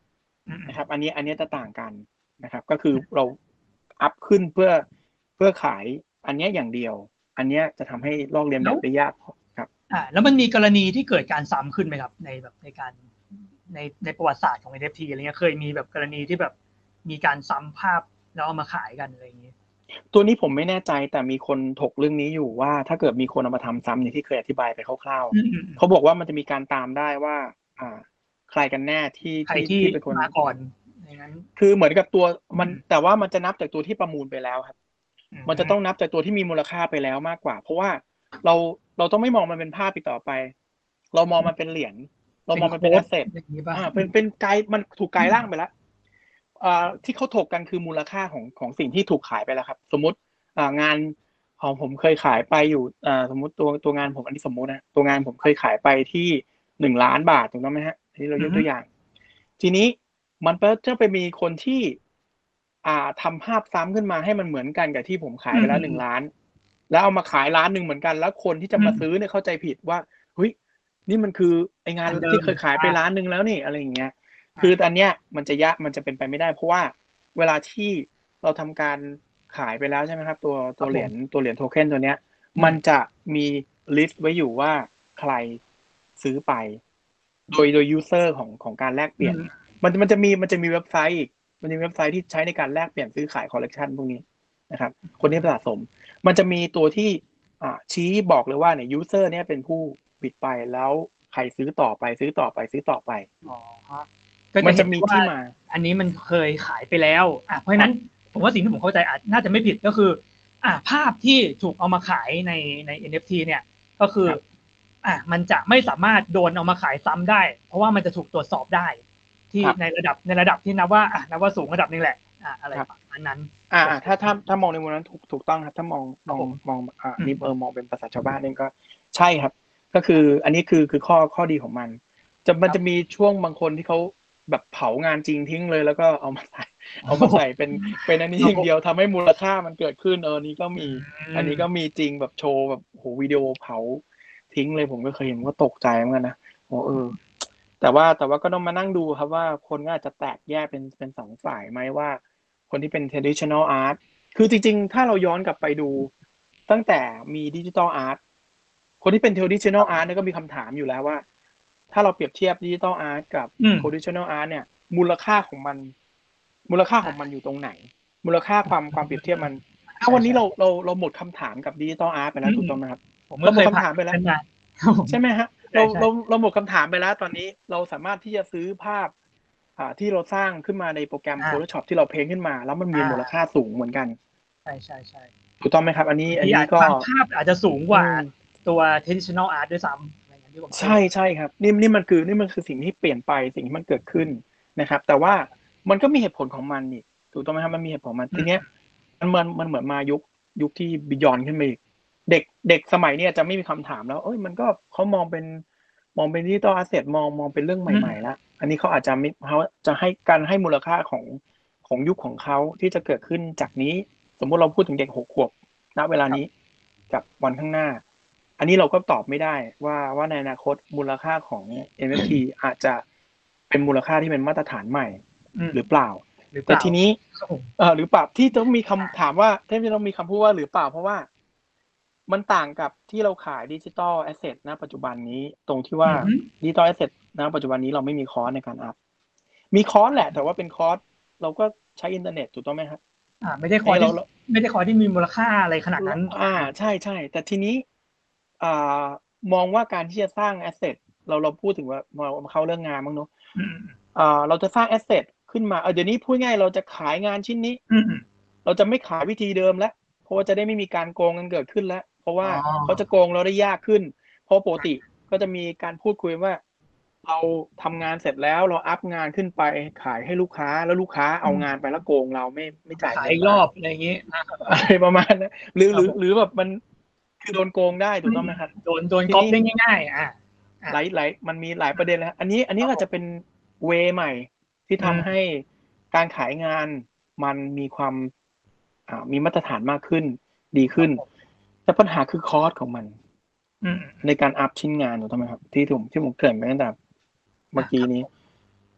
นะครับอันนี้อันนี้จะต่างกันนะครับก็คือเราอัพขึ้นเพื่อเพื่อขายอันนี้อย่างเดียวอันนี้จะทำให้ลอกเลียนแบบได้ยากครับอ่าแล้วมันมีกรณีที่เกิดการซ้ำขึ้นไหมครับในแบบในการในในประวัติศาสตร์ของ เอ็น เอฟ ที อะไรเงี้ยเคยมีแบบกรณีที่แบบมีการซ้ำภาพแล้วเอามาขายกันอะไรอย่างเงี้ยตัวนี้ผมไม่แน่ใจแต่มีคนถกเรื่องนี้อยู่ว่าถ้าเกิดมีคนเอามาทำซ้ำอย่างที่เคยอธิบายไปคร่าวๆเขาบอกว่ามันจะมีการตามได้ว่าอ่าใครกันแน่ที่ที่ที่เป็นคนมาก่อนอย่างนั้นคือเหมือนกับตัวมันแต่ว่ามันจะนับจากตัวที่ประมูลไปแล้วครับมันจะต้องนับจากตัวที่มีมูลค่าไปแล้วมากกว่าเพราะว่าเราเราต้องไม่มองมันเป็นภาพอีกต่อไปเรามองมันเป็นเหรียญเรามองมันเป็นแอสเซทอ่าเป็นเป็นไกด์มันถูกไกด์ล่างไปแล้วอ่าที่เขาถกกันคือมูลค่าของของสิ่งที่ถูกขายไปแล้วครับสมมติอ่างานของผมเคยขายไปอยู่อ่าสมมติตัวตัวงานผมอันนี้สมมตินะตัวงานผมเคยขายไปที่หนึ่งล้านบาทถูกต้องไหมฮะอันนี้เรายกตัวอย่างทีนี้มันก็จะไปมีคนที่อ่าทำภาพซ้ำขึ้นมาให้มันเหมือนกันกับที่ผมขายไปแล้วหนึ่งล้านแล้วเอามาขายล้านหนึ่งเหมือนกันแล้วคนที่จะมาซื้อเนี่ยเข้าใจผิดว่าเฮ้ยนี่มันคือไองานที่เคยขายไปล้านหนึ่งแล้วนี่อะไรอย่างเงี้ยคืออันเนี้ยมันจะยากมันจะเป็นไปไม่ได้เพราะว่าเวลาที่เราทำการขายไปแล้วใช่ไหมครับตัวตัวเหรียญตัวเหรียญโทเค็นตัวเนี้ยมันจะมีลิสต์ไว้อยู่ว่าใครซื้อไปโดยโดยยูเซอร์ของของการแลกเปลี่ยนมันมันจะมีมันจะมีเว็บไซต์อีกมันจะมีเว็บไซต์ที่ใช้ในการแลกเปลี่ยนซื้อขายคอลเลกชันพวกนี้นะครับคนที่สะสมมันจะมีตัวที่อ่าชี้บอกเลยว่าเนี่ยยูเซอร์เนี่ยเป็นผู้บิดไปแล้วใครซื้อต่อไปซื้อต่อไปซื้อต่อไปอ๋อมันจะมีที่มาอันนี้มันเคยขายไปแล้วอ่ะเพราะฉะนั้นผมว่าสิ่งที่ผมเข้าใจอาจน่าจะไม่ผิดก็คืออ่ะภาพที่ถูกเอามาขายในใน เอ็น เอฟ ที เนี่ยก็คืออ่ะมันจะไม่สามารถโดนเอามาขายซ้ำได้เพราะว่ามันจะถูกตรวจสอบได้ที่ในระดับในระดับที่นับว่าอ่ะนับว่าสูงระดับนึงแหละอ่ะอะไรอันนั้นอ่าถ้าถ้าถ้ามองในมุมนั้นถูกถูกต้องครับถ้ามองมองมองอ่านี่เออมองเป็นภาษาชาวบ้านนี่ก็ใช่ครับก็คืออันนี้คือคือข้อข้อดีของมันจะมันจะมีช่วงบางคนที่เขาแบบเผางานจริงทิ้งเลยแล้วก็เอามาใส่เอามาใส่เป็นเป็นอันนี้อย่างเดียวทำให้มูลค่ามันเกิดขึ้นเออนี้ก็มีอันนี้ก็มีจริงแบบโชว์แบบโหวิดีโอเผาทิ้งเลยผมก็เคยเห็นก็ตกใจเหมือนกันนะโอ้เออแต่ว่าแต่ว่าก็ต้องมานั่งดูครับว่าคนก็อาจจะแตกแยกเป็นเป็นสองฝ่ายไหมว่าคนที่เป็น traditional art คือจริงๆถ้าเราย้อนกลับไปดูตั้งแต่มี digital art คนที่เป็น traditional art เนี่ยก็มีคำถามอยู่แล้วว่าถ้าเราเปรียบเทียบ digital art กับ traditional art เนี่ยมูลค่าของมันมูลค่าของมันอยู่ตรงไหนมูลค่าความความเปรียบเทียบมันถ้าวันนี้เราเราเราหมดคำถามกับ digital art ไปแล้วถูกต้องไหมครับเราหมดคำถามไปแล้วใช่ไหมฮะเราเราเราหมดคำถามไปแล้วตอนนี้เราสามารถที่จะซื้อภาพอ่าที่เราสร้างขึ้นมาในโปรแกรม Photoshop ที่เราเพ้นขึ้นมาแล้วมันมีมูลค่าสูงเหมือนกันใช่ใช่ใช่ถูกต้องไหมครับอันนี้อันนี้ก็ภาพอาจจะสูงกว่าตัว traditional art ด้วยซ้ำใช่ใช่ครับนี่นี่มันคือนี่มันคือสิ่งที่เปลี่ยนไปสิ่งที่มันเกิดขึ้นนะครับแต่ว่ามันก็มีเหตุผลของมันนี่ถูกต้องไหมครับมันมีเหตุผลมันทีเนี้ยมันมันมันเหมือนมายุคยุคที่บิยอนขึ้นไปอีกเด็กเด็กสมัยเนี้ยจะไม่มีคำถามแล้วเอ้ยมันก็เขามองเป็นมองเป็นดิจิตอลแอสเซทมองมองเป็นเรื่องใหม่ๆแล้วอันนี้เขาอาจจะไม่เขาจะให้การให้มูลค่าของของยุคของเขาที่จะเกิดขึ้นจากนี้สมมุติเราพูดถึงเด็กหกขวบณเวลานี้กับวันข้างหน้าอันนี้เราก็ตอบไม่ได้ว่าว่าในอนาคตมูลค่าของ เอ็น เอฟ ที อาจจะเป็นมูลค่าที่เป็นมาตรฐานใหม่หรือเปล่าแต่ทีนี้เออหรือเปล่าที่ต้องมีคำถามว่าที่ต้องมีคำพูดว่าหรือเปล่าเพราะว่ามันต่างกับที่เราขายดิจิตอลแอสเซทณปัจจุบันนี้ตรงที่ว่าดิจิตอลแอสเซทณปัจจุบันนี้เราไม่มีคอร์สในการอัพมีคอร์สแหละแต่ว่าเป็นคอร์สเราก็ใช้อินเทอร์เน็ตถูกต้องไหมครับอ่าไม่ได้คอร์สไม่ได้คอร์สที่มีมูลค่าอะไรขนาดนั้นอ่าใช่ใช่แต่ทีนี้อ่ามองว่าการที่จะสร้างแอสเซทเราเราพูดถึงว่าเราเข้าเรื่องงานมั้งเนาะอ่าเราจะสร้างแอสเซทขึ้นมาเออเดี๋ยวนี้พูดง่ายเราจะขายงานชิ้นนี้เราจะไม่ขายวิธีเดิมแล้วเพราะว่าจะได้ไม่มีการโกงกันเกิดขึ้นแล้วเพราะว่าเขาจะโกงเราได้ยากขึ้นเพราะปกติก็จะมีการพูดคุยว่าเราทำงานเสร็จแล้วเราอัพงานขึ้นไปขายให้ลูกค้าแล้วลูกค้าเอางานไปแล้วโกงเราไม่ไม่จ่ายขายรอบอะไรอย่างนี้อะไรประมาณนั้นหรือหรือหรือแบบมันคือโดนโกงได้ถูกต้องไหมครับโดนโดนก๊อปได้ง่ายๆอ่ะหลายหลายมันมีหลายประเด็นแล้วอันนี้อันนี้ก็จะเป็นเวใหม่ที่ทำให้การขายงานมันมีความอ่ามีมาตรฐานมากขึ้นดีขึ้นแต่ปัญหาคือคอสของมันในการอัพชิ้นงานถูกต้องไหมครับที่ผมที่ผมเกริ่นไปตั้งแต่เมื่อกี้นี้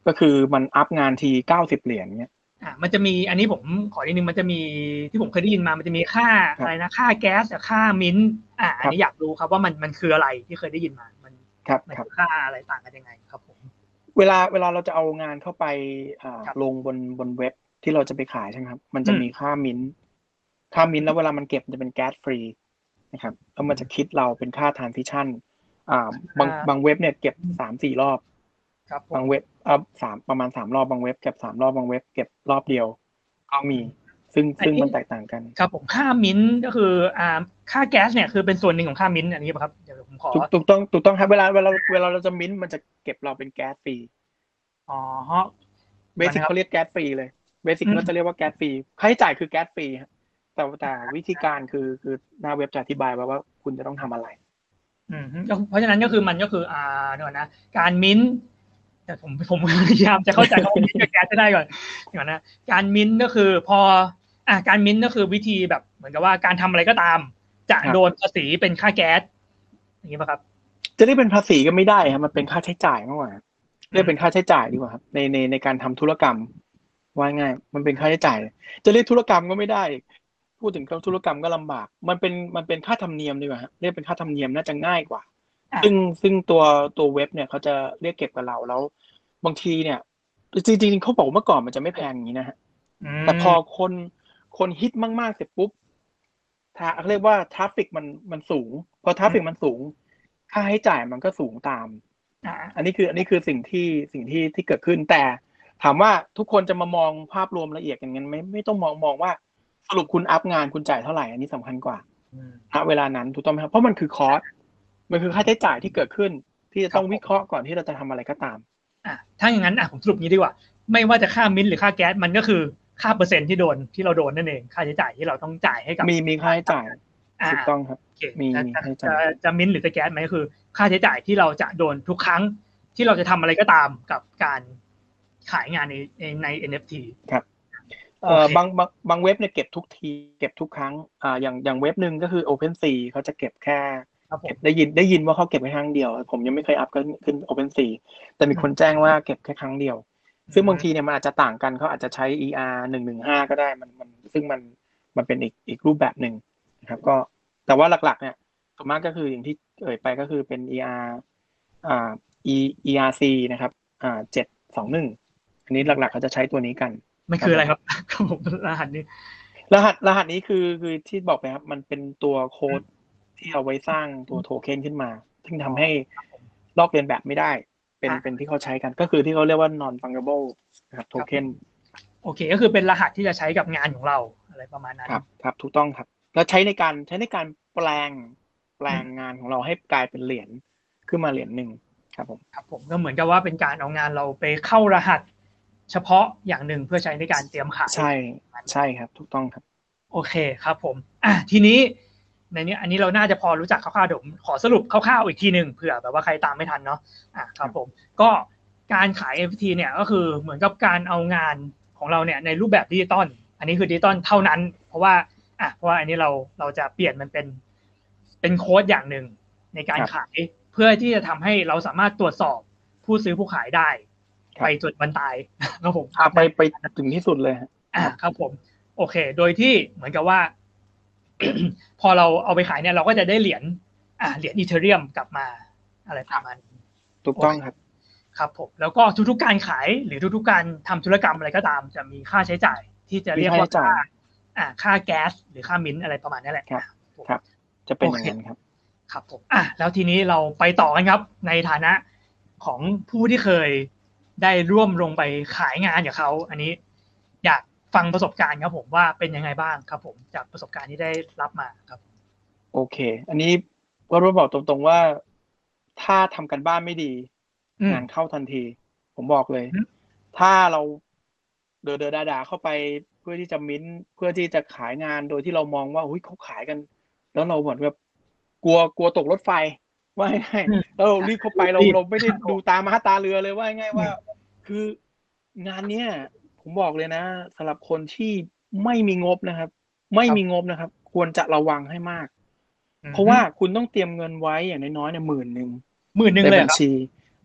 ก็คือมันอัพงานทีเก้าสิบเหรียญเนี้ยอ่ามันจะมีอันนี้ผมขอนิดนึงมันจะมีที่ผมเคยได้ยินมามันจะมีค่าอะไรนะค่าแก๊สกับค่ามิ้นท์อ่าอันนี้อยากรู้ครับว่ามันมันคืออะไรที่เคยได้ยินมามันมันคือค่าอะไรต่างกันยังไงครับผมเวลาเวลาเราจะเอางานเข้าไปอ่าลงบนบนเว็บที่เราจะไปขายใช่ไหมครับมันจะมีค่ามิ้นท์ค่ามิ้นท์แล้วเวลามันเก็บมันจะเป็นแก๊สฟรีนะครับแล้วมันจะคิดเราเป็นค่าทรานซิชันอ่าบางบางเว็บเนี่ยเก็บสามสี่รอบบางเว็บเอ่อสามประมาณสามรอบบางเว็บเก็บสามรอบบางเว็บเก็บรอบเดียวก็มีซึ่งซึ่งมันแตกต่างกันครับผมค่ามิ้นท์ก็คืออ่าค่าแก๊สเนี่ยคือเป็นส่วนหนึ่งของค่ามิ้นท์อันนี้ป่ะครับเดี๋ยวผมขอถูกต้องถูกต้องครับเวลาเวลาเวลาเราจะมิ้นท์มันจะเก็บเราเป็นแก๊สฟรีอ๋อเบสิกเขาเรียกแก๊สฟรีเลยเบสิกเขาจะเรียกว่าแก๊สฟรีค่าใช้จ่ายคือแก๊สฟรีแต่แต่วิธีการคือคือหน้าเว็บจะอธิบายว่าว่าคุณจะต้องทำอะไรอืมเพราะฉะนั้นก็คือมันก็คืออ่าเดี๋ยวนะการมิ้นท์แต่ผมผมพยายามจะเข้าใจคำว่ามิ้นท์กับแก๊สจะได้ก่อนเดี๋ยวนะการมิ้นท์ก็คือพออ่าการมิ้นท์ก็คือวิธีแบบเหมือนกับว่าการทำอะไรก็ตามจะโดนภาษีเป็นค่าแก๊สอย่างนี้ป่ะครับจะได้เป็นภาษีก็ไม่ได้ครับมันเป็นค่าใช้จ่ายมากกว่าเรียกเป็นค่าใช้จ่ายดีกว่าครับในในในการทำธุรกรรมว่าง่ายมันเป็นค่าใช้จ่ายจะเรียกธุรกรรมก็ไม่ได้พูดถึงธุรกรรมก็ลำบากมันเป็นมันเป็นค่าธรรมเนียมดีกว่าเรียกเป็นค่าธรรมเนียมน่าจะง่ายกว่าซึ่งซึ่งตัวตัวเว็บเนี่ยเขาจะเรียกเก็บกับเราแล้วบางทีเนี่ยจริงจริงเขาบอกเมื่อก่อนมันจะไม่แพงอย่างนี้นะฮะแต่พอคนคนฮิตมากๆเสร็จปุ๊บถ้าเรียกว่าทราฟฟิกมันมันสูงพอทราฟฟิกมันสูงค่าใช้จ่ายมันก็สูงตามอันนี้คืออันนี้คือสิ่งที่สิ่งที่ที่เกิดขึ้นแต่ถามว่าทุกคนจะมามองภาพรวมละเอียดอย่างนั้นไม่ไม่ต้องมองมองว่าสรุปคุณอัพงานคุณจ่ายเท่าไหร่อันนี้สำคัญกว่าณเวลานั้นถูกต้องไหมครับเพราะมันคือคอสมันคือค่าใช้จ่ายที่เกิดขึ้นที่จะต้องวิเคราะห์ก่อนที่เราจะทำอะไรก็ตามอ่ะถ้าอย่างนั้นอ่ะผมสรุปนี้ดีกว่าไม่ว่าจะค่ามิ้นหรือค่าแก๊สมันก็คือค่าเปอร์เซ็นต์ที่โดนที่เราโดนนั่นเองค่าใช้จ่ายที่เราต้องจ่ายให้กับมีมีค่าใช้จ่ายถูกต้องครับมีค่าใช้จ่ายจะมิ้นหรือจะแก๊สมันก็คือค่าใช้จ่ายที่เราจะโดนทุกครั้งที่เราจะทำอะไรก็ตามกับการขายงานในใน เอ็น เอฟ ทีครับเอ่อบางบางบางเว็บเนี่ยเก็บทุกทีเก็บทุกครั้งอ่าอย่างอย่างเว็บนึงก็คือ OpenSea เขาจะเก็บแค่เก็บได้ยินได้ยินว่าเขาเก็บแค่ครั้งเดียวผมยังไม่เคยอัพขึ้นขึ้น OpenSea แต่มีคนแจ้งว่าเก็บแค่ครั้งเดียวซึ่งบางทีเนี่ยมันอาจจะต่างกันเขาอาจจะใช้ อี อาร์ หนึ่งหนึ่งห้าก็ได้มันมันซึ่งมันมันเป็นอีกอีกรูปแบบหนึ่งนะครับก็แต่ว่าหลักๆเนี่ยส่วนมากก็คืออย่างที่เอ่ยไปก็คือเป็น อี อาร์ อ่า E อี อาร์ ซี นะครับอ่าเจ็ดสองหนึ่งอันนี้หลักๆเขาจะใช้ตัวนี้กันมันคืออะไรครับครับผมรหัสนี้รหัสรหัสนี้คือคือที่บอกไปครับมันเป็นตัวโค้ดที่เอาไว้สร้างตัวโทเค็นขึ้นมาซึ่งทำให้ลอกเลียนแบบไม่ได้เป็นเป็นที่เขาใช้กันก็คือที่เขาเรียกว่า non fungible นะครับโทเค็นโอเคก็คือเป็นรหัสที่จะใช้กับงานของเราอะไรประมาณนั้นครับครับถูกต้องครับแล้วใช้ในการใช้ในการแปลงแปลงงานของเราให้กลายเป็นเหรียญขึ้นมาเหรียญหนึ่งครับผมครับผมก็เหมือนกับว่าเป็นการเอางานเราไปเข้ารหัสเฉพาะอย่างหนึ่งเพื่อใช้ในการเตรียมขายใช่ใช่ครับถูกต้องครับโอเคครับผมอ่ะทีนี้ในนี้อันนี้เราน่าจะพอรู้จักคร่าวๆเดี๋ยวขอสรุปคร่าวๆอีกทีหนึ่งเผื่อแบบว่าใครตามไม่ทันเนาะอ่ะครับผมก็การขาย เอ็น เอฟ ที เนี่ยก็คือเหมือนกับการเอางานของเราเนี่ยในรูปแบบดิจิตอลอันนี้คือดิจิตอลเท่านั้นเพราะว่าอ่ะเพราะว่าอันนี้เราเราจะเปลี่ยนมันเป็นเป็นโค้ดอย่างหนึ่งในการขายเพื่อที่จะทำให้เราสามารถตรวจสอบผู้ซื้อผู้ขายได้ไปจนวันตายครับผมไปไปถึงที่สุดเลยอ่าครับผมโอเคโดยที่เหมือนกับว่า พอเราเอาไปขายเนี่ยเราก็จะได้เหรียญอ่าเหรียญอีเธเรียมกลับมาอะไรประมาณนี้ถูกต้องครับครับผมแล้วก็ทุกๆการขายหรือทุกๆการทำธุรกรรมอะไรก็ตามจะมีค่าใช้จ่ายที่จะเรียกว่าค่าอ่าค่าแก๊สหรือค่ามิ้นอะไรประมาณนี้แหละครับครับจะเป็นอย่างนั้นครับครับผมอ่ะแล้วทีนี้เราไปต่อกันครับในฐานะของผู้ที่เคยได้ร่วมลงไปขายงานกับเขาอันนี้อยากฟังประสบการณ์ครับผมว่าเป็นยังไงบ้างครับผมจากประสบการณ์ที่ได้รับมาครับโอเคอันนี้ก็รู้บอกตรงๆว่าถ้าทำกันบ้านไม่ดีงานเข้าทันทีผมบอกเลยถ้าเราเดินเดินด่าเข้าไปเพื่อที่จะมิ้นเพื่อที่จะขายงานโดยที่เรามองว่าอุ้ยเขาขายกันแล้วเราเหมือนแบบกลัวกลัวตกรถไฟว่าง่ายแล้วเรารีบเข้าไปเราเราไม่ได้ดูตาม้าตาเรือเลยว่าง่ายว่าคืองานเนี้ยผมบอกเลยนะสำหรับคนที่ไม่มีงบนะครับไม่มีงบนะครับควรจะระวังให้มากเพราะว่าคุณต้องเตรียมเงินไว้อย่างน้อยๆเนี่ยหมื่นหนึ่งหมื่นหนึ่งในเลยบัญชี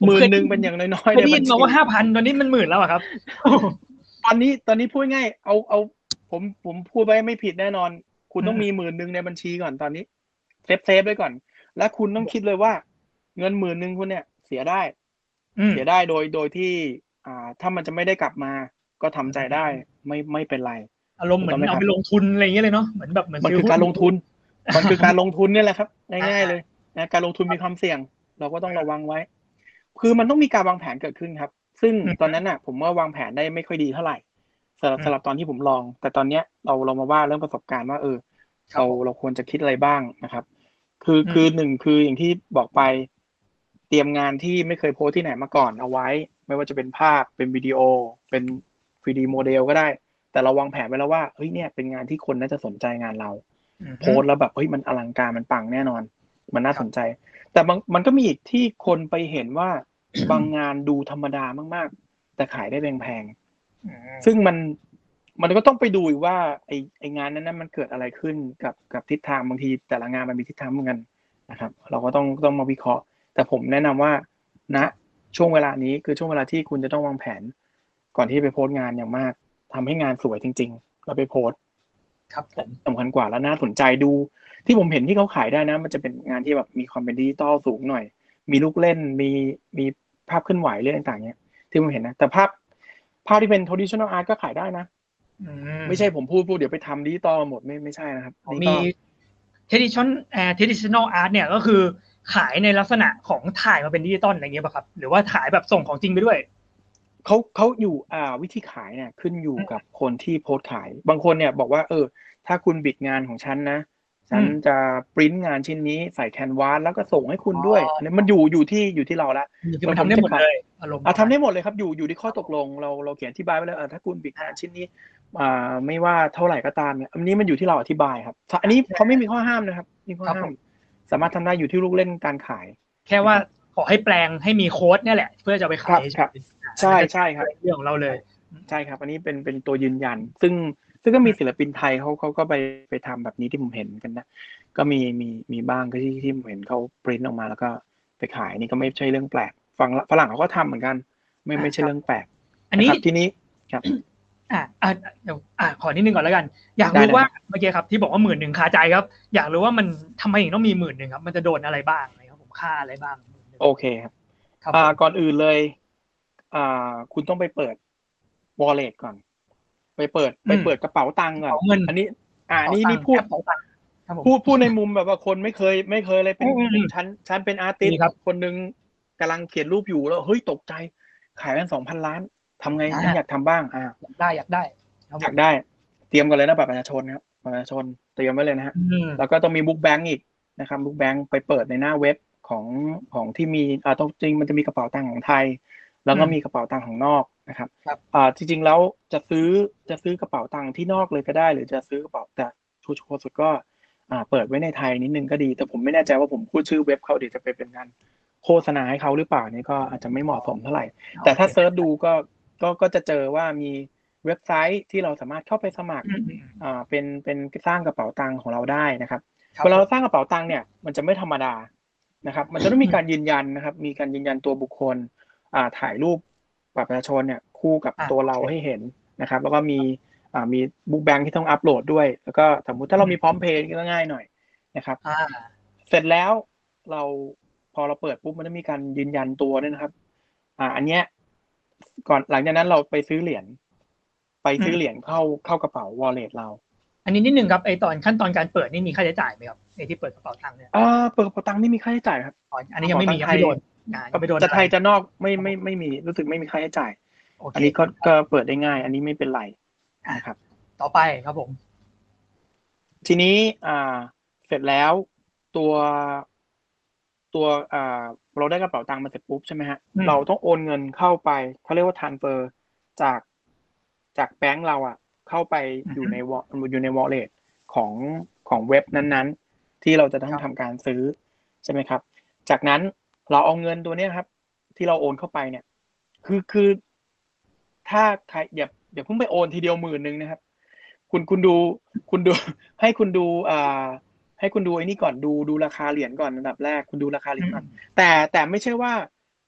ผมเคยหมื่นหนึ่งเป็นอย่างน้อยๆเคยได้ในบัญชียินมาว่าห้าพันตอนนี้มันหมื่นแล้วอะครับตอนนี้ตอนนี้พูดง่ายเอาเอาผมผมพูดไว้ไม่ผิดแน่นอน คุณต้องอืมมีหมื่นหนึ่งในบัญชีก่อนตอนนี้เซฟเซฟไว้ก่อน และคุณต้องคิดเลยว่า เงินหมื่นหนึ่งคุณเนี่ยเสียได้อืมเสียได้โดยโดยที่อ่าถ้ามันจะไม่ได้กลับมา ก็ทำใจได้ไม่ไม่เป็นไรอารมณ์เหมือนเอาถูกต้องไหมครับไปลงทุนอะไรอย่างเงี้ยเลยเนาะเหมือนแบบเหมือนมันคือซื้อหุ้นการลงทุน มันคือการลงทุนเนี่ยแหละครับอ่ง่ายๆเลยานะการลงทุนมีความเสี่ยง เราก็ต้องระวังไว้ คือมันต้องมีการวางแผนเกิดขึ้นครับ ซึ่งอืมตอนนั้นน่ะ ผมว่าวางแผนได้ไม่ค่อยดีเท่าไหร่สำหรับอืมสำหรับตอนที่ผมลอง แต่ตอนเนี้ยเราเรามาว่าเรื่องประสบการณ์ว่าเออเราครับผมเราควรจะคิดอะไรบ้างนะครับ คืออืมคือหนึ่งคืออย่างที่บอกไป เตรียมงานที่ไม่เคยโพสที่ไหนมาก่อนเอาไว้ ไม่ว่าจะเป็นภาพเป็นวิดีโอเป็น ทรี ดี โมเดลก็ได้ แต่เราวางแผนไว้แล้วว่าเฮ้ยเนี่ยเป็นงานที่คนน่าจะสนใจงานเราอืมโพสต์แล้วแบบเฮ้ยมันอลังการมันปังแน่นอน มันน่าครับสนใจ แต่บางมันก็มีอีกที่คนไปเห็นว่าบางงานดูธรรมดามากๆ แต่ขายได้แพงอืมๆซึ่งมันมันก็ต้องไปดูอีกว่าไอไองานนั้นนั้นมันเกิดอะไรขึ้นกับกับทิศทางบางทีแต่ละงานมันมีทิศทางเหมือนกันนะครับ เราก็ต้องต้องมาวิเคราะห์ แต่ผมแนะนำว่าณครับช่วงเวลานี้คือช่วงเวลาที่คุณจะต้องวางแผน ก่อนที่จะไปโพสต์งานอย่างมากทำให้งานสวยจริงๆแล้วไปโพสต์ครับผมสำคัญกว่าแล้วน่าสนใจดูที่ผมเห็นที่เขาขายได้นะมันจะเป็นงานที่แบบมีความเป็นดิจิตอลสูงหน่อยมีลูกเล่นมีมีภาพเคลื่อนไหวเรื่องต่างๆเนี้ยที่ผมเห็นนะแต่ภาพภาพที่เป็น traditional art ก็ขายได้นะอืมไม่ใช่ผมพูดพูดเดี๋ยวไปทำดิจิตอลหมดไม่ไม่ใช่นะครับนี่มีก็ tradition เอ่อ traditional art เนี่ยก็คือขายในลักษณะของถ่ายมาเป็นดิจิตอลอะไรเงี้ยป่ะครับหรือว่าถ่ายแบบส่งของจริงไปด้วยเขาเขาอยู่อ่าวิธีขายเนี่ยขึ้นอยู่กับคนที่โพสต์ขายบางคนเนี่ยบอกว่าเออถ้าคุณบิดงานของฉันนะฉันจะปริ้นงานชิ้นนี้ใส่แคนวาสแล้วก็ส่งให้คุณอ๋ด้วยอันนี้มันอยู่อยู่ที่อยู่ที่เราละคือส่วนมันทำได้หมดผมจะขายเลยอารมณ์อ่ะประมาณทำได้หมดเลยครับอยู่อยู่ที่ข้อตกลงเราเราเขียนอธิบายไว้เลยเออถ้าคุณบิดงานชิ้นนี้อ่าไม่ว่าเท่าไหร่ก็ตามเนี่ยอันนี้มันอยู่ที่เราอธิบายครับอันนี้เขาไม่มีข้อห้ามนะครับมีข้อห้ามสามารถทำได้อยู่ที่ลูกเล่นการขายแค่ว่าขอให้แปลงให้มีโค้ดเนี่ยแหละเพื่อจะไปขายครับใช่ใช่ครับเรื่องของเราเลยใช่ครับอันนี้เป็นเป็นตัวยืนยันซึ่งซึ่งก็มีศิลปินไทยเขาเขาก็ไปไปทำแบบนี้ที่ผมเห็นกันนะก็มีมีมีบ้างก็ที่ที่ผมเห็นเขาปริ้นออกมาแล้วก็ไปขายนี่ก็ไม่ใช่เรื่องแปลกฝั่งฝรั่งเขาก็ทำเหมือนกันไม่ไม่ใช่เรื่องแปลกอันนี้ทีนี้ครับอ่าอ่าเดี๋ยวอ่าขอนิดนึงก่อนแล้วกันอยากรู้ว่าเมื่อกี้ครับที่บอกว่าหมื่นหนึ่งคาใจครับอยากรู้ว่ามันทำไมถึงต้องมีหมื่นหนึ่งครับมันจะโดนอะไรบ้างครับผมค่าอะไรบ้างโอเคครับอ่าก่อนอื่นเลยอ่าคุณต้องไปเปิด wallet ก่อนไปเปิดไปเปิดกระเป๋าตังค์ก่อนอันนี้อ่านี่นี่พูดพูดพูดในมุมแบบว่าคนไม่เคยไม่เคยเลยเป็นชั้นชั้นเป็นอาร์ติสต์คนนึงกำลังเขียนรูปอยู่แล้วเฮ้ยตกใจขายกันสองพันล้านทำไงฉันอยากทำบ้างอ่าอยากได้อยากได้อยากได้เตรียมกันเลยนะบัตรประชาชนครับบัตรประชาชนเตรียมไว้เลยนะฮะแล้วก็ต้องมีบุ๊กแบงก์อีกนะครับบุ๊กแบงก์ไปเปิดในหน้าเว็บของของที่มีอ่าตรงจริงมันจะมีกระเป๋าตังค์ของไทยแล้วก็มีกระเป๋าตังค์ของนอกนะครับอ่าจริงๆแล้วจะซื้อจะซื้อกระเป๋าตังค์ที่นอกเลยก็ได้หรือจะซื้อกระเป๋าแต่ชัวร์สุดก็อ่าเปิดไว้ในไทยนิดนึงก็ดีแต่ผมไม่แน่ใจว่าผมพูดชื่อเว็บเขาเดี๋ยวจะไปเป็นงานโฆษณาให้เขาหรือเปล่านี่ก็อาจจะไม่เหมาะสมเท่าไหร่แต่ถ้าเซิร์ชดูก็ก็ก็จะเจอว่ามีเว็บไซต์ที่เราสามารถเข้าไปสมัครอ่าเป็นเป็นสร้างกระเป๋าตังค์ของเราได้นะครับเวลาเราสร้างกระเป๋าตังค์เนี่ยมันจะไม่ธรรมดานะครับมันจะต้องมีการยืนยันนะครับมีการยืนยันตัวบุคคลอ่าถ่ายรูปบัตรประชาชนเนี่ยคู่กับตัวเราให้เห็นนะครับแล้วก็มีอ่ามีบุ๊กแบงค์ที่ต้องอัปโหลดด้วยแล้วก็สมมุติถ้าเรามีพร้อมเพย์ก็ง่ายหน่อยนะครับเสร็จแล้วเราพอเราเปิดปุ๊บมันจะมีการยืนยันตัวด้วยนะครับอ่าอันเนี้ยก่อนหลังจากนั้นเราไปซื้อเหรียญไปซื้อเหรียญเข้าเข้ากระเป๋า wallet เราอันนี้นิดนึงครับไอตอนขั้นตอนการเปิดนี่มีค่าใช้จ่ายไหมครับไอที่เปิดกระเป๋าตังค์เนี่ยอ่าเปิดกระเป๋าตังค์ไม่มีค่าใช้จ่ายครับอันนี้ยังไม่มียังไม่โดนไม่โดนจะไทยจะนอกไม่ไม่ไม่มีรู้สึกไม่มีค่าใช้จ่ายอันนี้ก็ก็เปิดได้ง่ายอันนี้ไม่เป็นไรนะครับต่อไปครับผมทีนี้อ่าเสร็จแล้วตัวตัวอ่าเราได้กระเป๋าตังค์มาเสร็จปุ๊บใช่ไหมฮะเราต้องโอนเงินเข้าไปเขาเรียกว่า transfer จากจากแบงก์เราอ่ะเข้าไปอยู่ในอยู่ใน wallet ของของเว็บนั้นๆที่เราจะต้องทำการซื้อใช่ไหมครับจากนั้นเราเอาเงินตัวนี้ครับที่เราโอนเข้าไปเนี่ยคือคือถ้าใครอย่าอย่าเพิ่งไปโอนทีเดียวหมื่นนึงนะครับคุณคุณดูคุณดูให้คุณดูอ่าให้คุณดูไอ้นี่ก่อนดูดูราคาเหรียญก่อนอันดับแรกคุณดูราคาเหรียญก่อนแต่แต่ไม่ใช่ว่า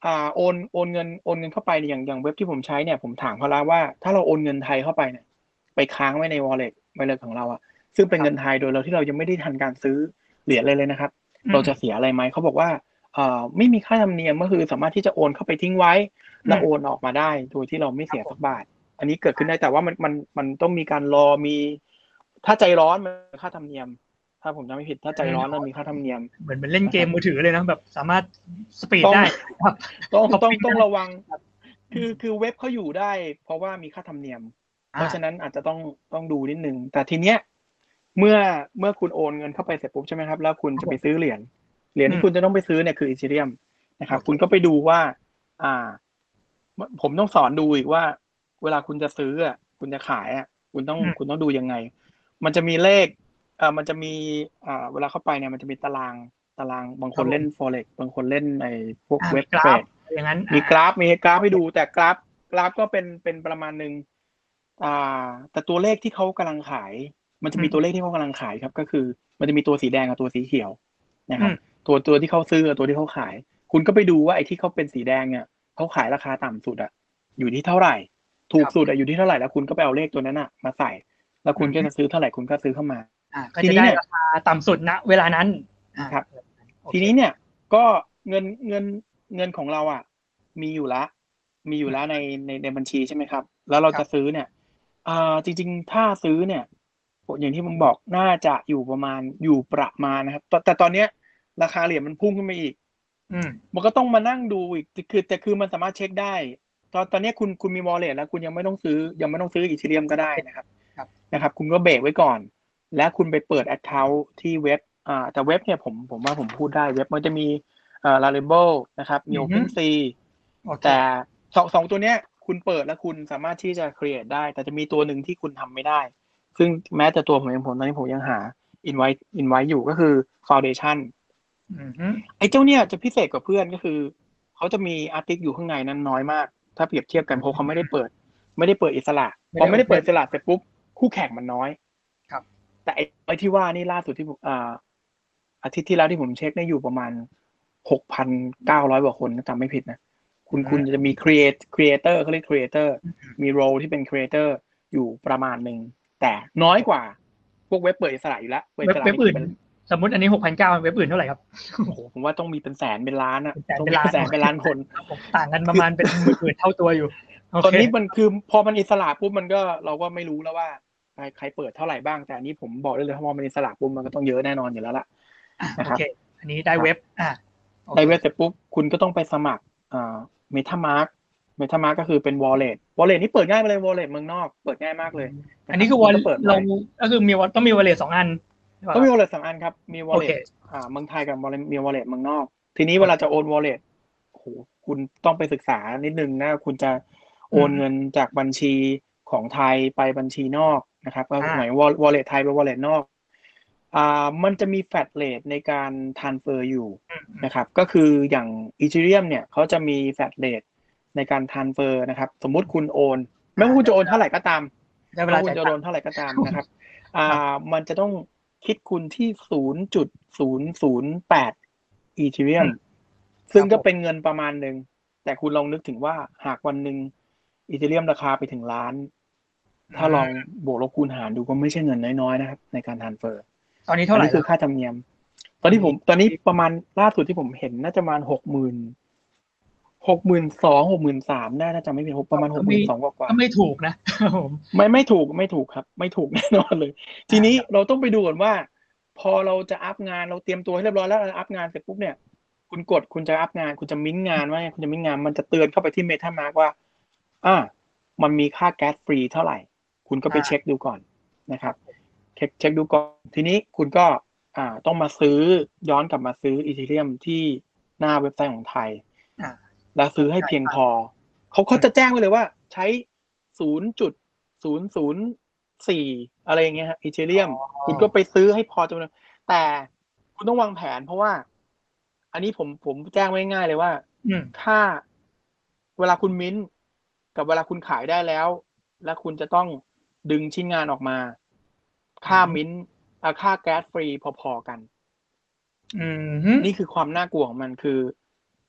อ่าโอนโอนเงินโอนเงินเข้าไปเนี่ยอย่างอย่างเว็บที่ผมใช้เนี่ยผมถามเขาแล้วว่าถ้าเราโอนเงินไทยเข้าไปเนี่ยไปค้างไว้ใน wallet wallet ของเราอะซึ่งเป็นเงินไทยโดยเราที่เรายังไม่ได้ทันการซื้อเหรียญเลยเลยนะครับเราจะเสียอะไรไหมเขาบอกว่าเอ่อไม่มีค่าธรรมเนียมก็คือสามารถที่จะโอนเข้าไปทิ้งไว้แล้วโอนออกมาได้โดยที่เราไม่เสียสักบาทอันนี้เกิดขึ้นได้แต่ว่ามันมันมันต้องมีการรอมีถ้าใจร้อนมันค่าธรรมเนียมถ้าผมจำไม่ผิดถ้าใจร้อนมันมีค่าธรรมเนียมเหมือนเป็นเล่นเกมมือถือเลยนะแบบสามารถสปีดได้ต้องต้องต้องระวังคือคือเว็บเขาอยู่ได้เพราะว่ามีค่าธรรมเนียมเพราะฉะนั้นอาจจะต้องต้องดูนิดนึงแต่ทีเนี้ยเมื่อเมื่อคุณโอนเงินเข้าไปเสร็จปุ๊บใช่ไหมครับแล้วคุณจะไปซื้อเหรียญเหรียญที่คุณจะต้องไปซื้อเนี่ยคืออีเธเรียมนะครับคุณก็ไปดูว่าอ่าผมต้องสอนดูอีกว่าเวลาคุณจะซื้ออ่ะคุณจะขายอ่ะคุณต้องคุณต้องดูยังไงมันจะมีเลขเอ่อมันจะมีอ่าเวลาเข้าไปเนี่ยมันจะมีตารางตารางบางคนเล่น Forex บางคนเล่นในพวกเว็บเทรดอย่างนั้นมีกราฟมีกราฟให้ดูแต่กราฟกราฟก็เป็นเป็นประมาณหนึ่งอ่าแต่ตัวเลขที่เขากำลังขายมันจะมีตัวเลขที่เขากำลังขายครับก็คือมันจะมีตัวสีแดงกับตัวสีเขียวนะครับตัวตัวที่เขาซื้อกับตัวที่เขาขายคุณก็ไปดูว่าไอ้ที่เขาเป็นสีแดงเนี่ยเขาขายราคาต่ำสุดอะอยู่ที่เท่าไหร่ถูกสุดอะอยู่ที่เท่าไหร่แล้วคุณก็ไปเอาเลขตัวนั้นอะมาใส่แล้วคุณก็จะซื้อเท่าไหร่คุณก็ซื้อเข้ามาทีนี้เนี่ยราคาต่ำสุดณเวลานั้นครับทีนี้เนี่ยก็เงินเงินเงินของเราอ่ะมีอยู่แล้วมีอยู่แล้วในในในบัญชีใช่ไหมครับแล้วเราจะซื้อเนี่ยอ่าจริงๆถ้าซื้อเนี่ยอย่างที่ผมบอกน่าจะอยู่ประมาณอยู่ประมาณนะครับแต่ตอนเนี้ยราคาเหรียญมันพุ่งขึ้นมาอีกมันก็ต้องมานั่งดูอีกคือแต่คือมันสามารถเช็คได้ตอนตอนนี้คุณคุณมี wallet แล้วคุณยังไม่ต้องซื้อยังไม่ต้องซื้ออีเธเรียมก็ได้นะครับนะครับคุณก็เบรกไว้ก่อนและคุณไปเปิด account ที่เว็บอ่าแต่เว็บเนี่ยผมผมว่าผมพูดได้เว็บมันจะมีเอ่อ Laravel นะครับมี OpenSea แต่สองสองตัวเนี้ยคุณเปิดแล้วคุณสามารถที่จะ create ได้แต่จะมีตัวหนึ่งที่คุณทำไม่ได้ซึ่งแม้แต่ตัวผมเองผมตอนนี้ผมยังหา invite invite อยู่ก็คือ foundation ไอ้เจ้าเนี่ยจะพิเศษกว่าเพื่อนก็คือเขาจะมีอาร์ติกอยู่ข้างในนั้นน้อยมากถ้าเปรียบเทียบกันเพราะเขาไม่ได้เปิดไม่ได้เปิดอิสระพอไม่ได้เปิดอิสระเสร็จปุ๊บคู่แข่งมันน้อยแต่ไอ้ที่ว่านี่ล่าสุดที่ผมอ่าอาทิตย์ที่แล้วที่ผมเช็คได้อยู่ประมาณ หกพันเก้าร้อย กว่าคนถ้าจำไม่ผิดนะคุณคุณจะมี create creator เขาเรียก creator มี role ที่เป็น creator อยู่ประมาณหนึ่งแต่น้อยกว่าพวกเว็บเปิดอิสระอยู่แล้วเว็บเว็บอื่นสมมติอันนี้ หกพันเก้าร้อย เว็บอื่นเท่าไหร่ครับโอ้โหผมว่าต้องมีเป็นแสนเป็นล้านอะต้องเป็นแสนเป็นล้านคนต่างกันประมาณเป็นหมื่นเท่าตัวอยู่ตอนนี้มันคือพอมันอิสระปุ๊บมันก็เราก็ไม่รู้แล้วว่าใครใครเปิดเท่าไหร่บ้างแต่อันนี้ผมบอกได้เลยพอมันอิสระปุ๊บมันก็ต้องเยอะแน่นอนอยู่แล้วล่ะนะครับอันนี้ได้เว็บอ่าได้เว็บเสร็จปุ๊บคุณก็ต้องไปสมัครอ่า MetaMask MetaMask ก็คือเป็น wallet wallet นี่เปิดง่ายไปเลย wallet เมืองนอกเปิดง่ายมากเลยอันนี้คือ wallet เราก็คือมีต้องมี wallet สองอันต้องมี wallet สองอันครับมี wallet อ่าเมืองไทยกับมี wallet เมืองนอกทีนี้เวลาจะโอน wallet โอ้โหคุณต้องไปศึกษานิดนึงนะคุณจะโอนเงินจากบัญชีของไทยไปบัญชีนอกนะครับก็หมาย wallet ไทยไป wallet นอกอ่ามันจะมี flat rate ในการ transfer อยู่นะครับก็คืออย่าง Ethereum เนี่ยเขาจะมี flat rate ในการ transfer นะครับสมมุติคุณโอนไม่ว่าคุณจะโอนเท่าไหร่ก็ตามไม่ว่าคุณจะโอนเท่าไหร่ก็ตามนะครับอ่ามันจะต้องคิดคุณที่ ศูนย์จุดศูนย์ศูนย์แปด Ethereum ซึ่งก็เป็นเงินประมาณหนึ่งแต่คุณลองนึกถึงว่าหากวันหนึ่ง Ethereum ราคาไปถึงล้านถ้าลองบวกลบคูณหารดูก็ไม่ใช่เงินน้อยๆนะครับในการ transfer ตอนนี้เท่าไหร่คือค่าธรรมเนียมตอนนี้ผมตอนนี้ประมาณล่าสุดที่ผมเห็นน่าจะประมาณหกหมื่นหกหมื่นสองหกหมื่นสามได้น่าจะไม่เป็นประมาณหกหมื่นสองกว่าก็ไม่ถูกนะไม่ไม่ถูกไม่ถูกครับไม่ถูกแน่นอนเลยทีนี้เราต้องไปดูก่อนว่าพอเราจะอัพงานเราเตรียมตัวให้เรียบร้อยแล้วอัพงานเสร็จปุ๊บเนี่ยคุณกดคุณจะอัพงานคุณจะมิ้นงานว่าคุณจะมิ้นงานมันจะเตือนเข้าไปที่ MetaMask ว่าอ่ามันมีค่าแก๊สฟรีเท่าไหร่คุณก็ไปเช็คดูก่อนนะครับเช็คเช็คดูก่อนทีนี้คุณก็อ่าต้องมาซื้อย้อนกลับมาซื้ออีเธเรียมที่หน้าเว็บไซต์ของไทยแล้วซื้อให้เพียงพอเขาเขาจะแจ้งไว้เลยว่าใช้ ศูนย์จุดศูนย์ศูนย์สี่ อะไรอย่างเงี้ยฮะอีเธเรียมคุณก็ไปซื้อให้พอจำนวนแต่คุณต้องวางแผนเพราะว่าอันนี้ผมผมแจ้งไว้ง่ายเลยว่าค่าเวลาคุณมิ้นกับเวลาคุณขายได้แล้วและคุณจะต้องดึงชิ้นงานออกมาค่ามิ้นค่าแก๊สฟรีพอๆกันนี่คือความน่ากลัวของมันคือ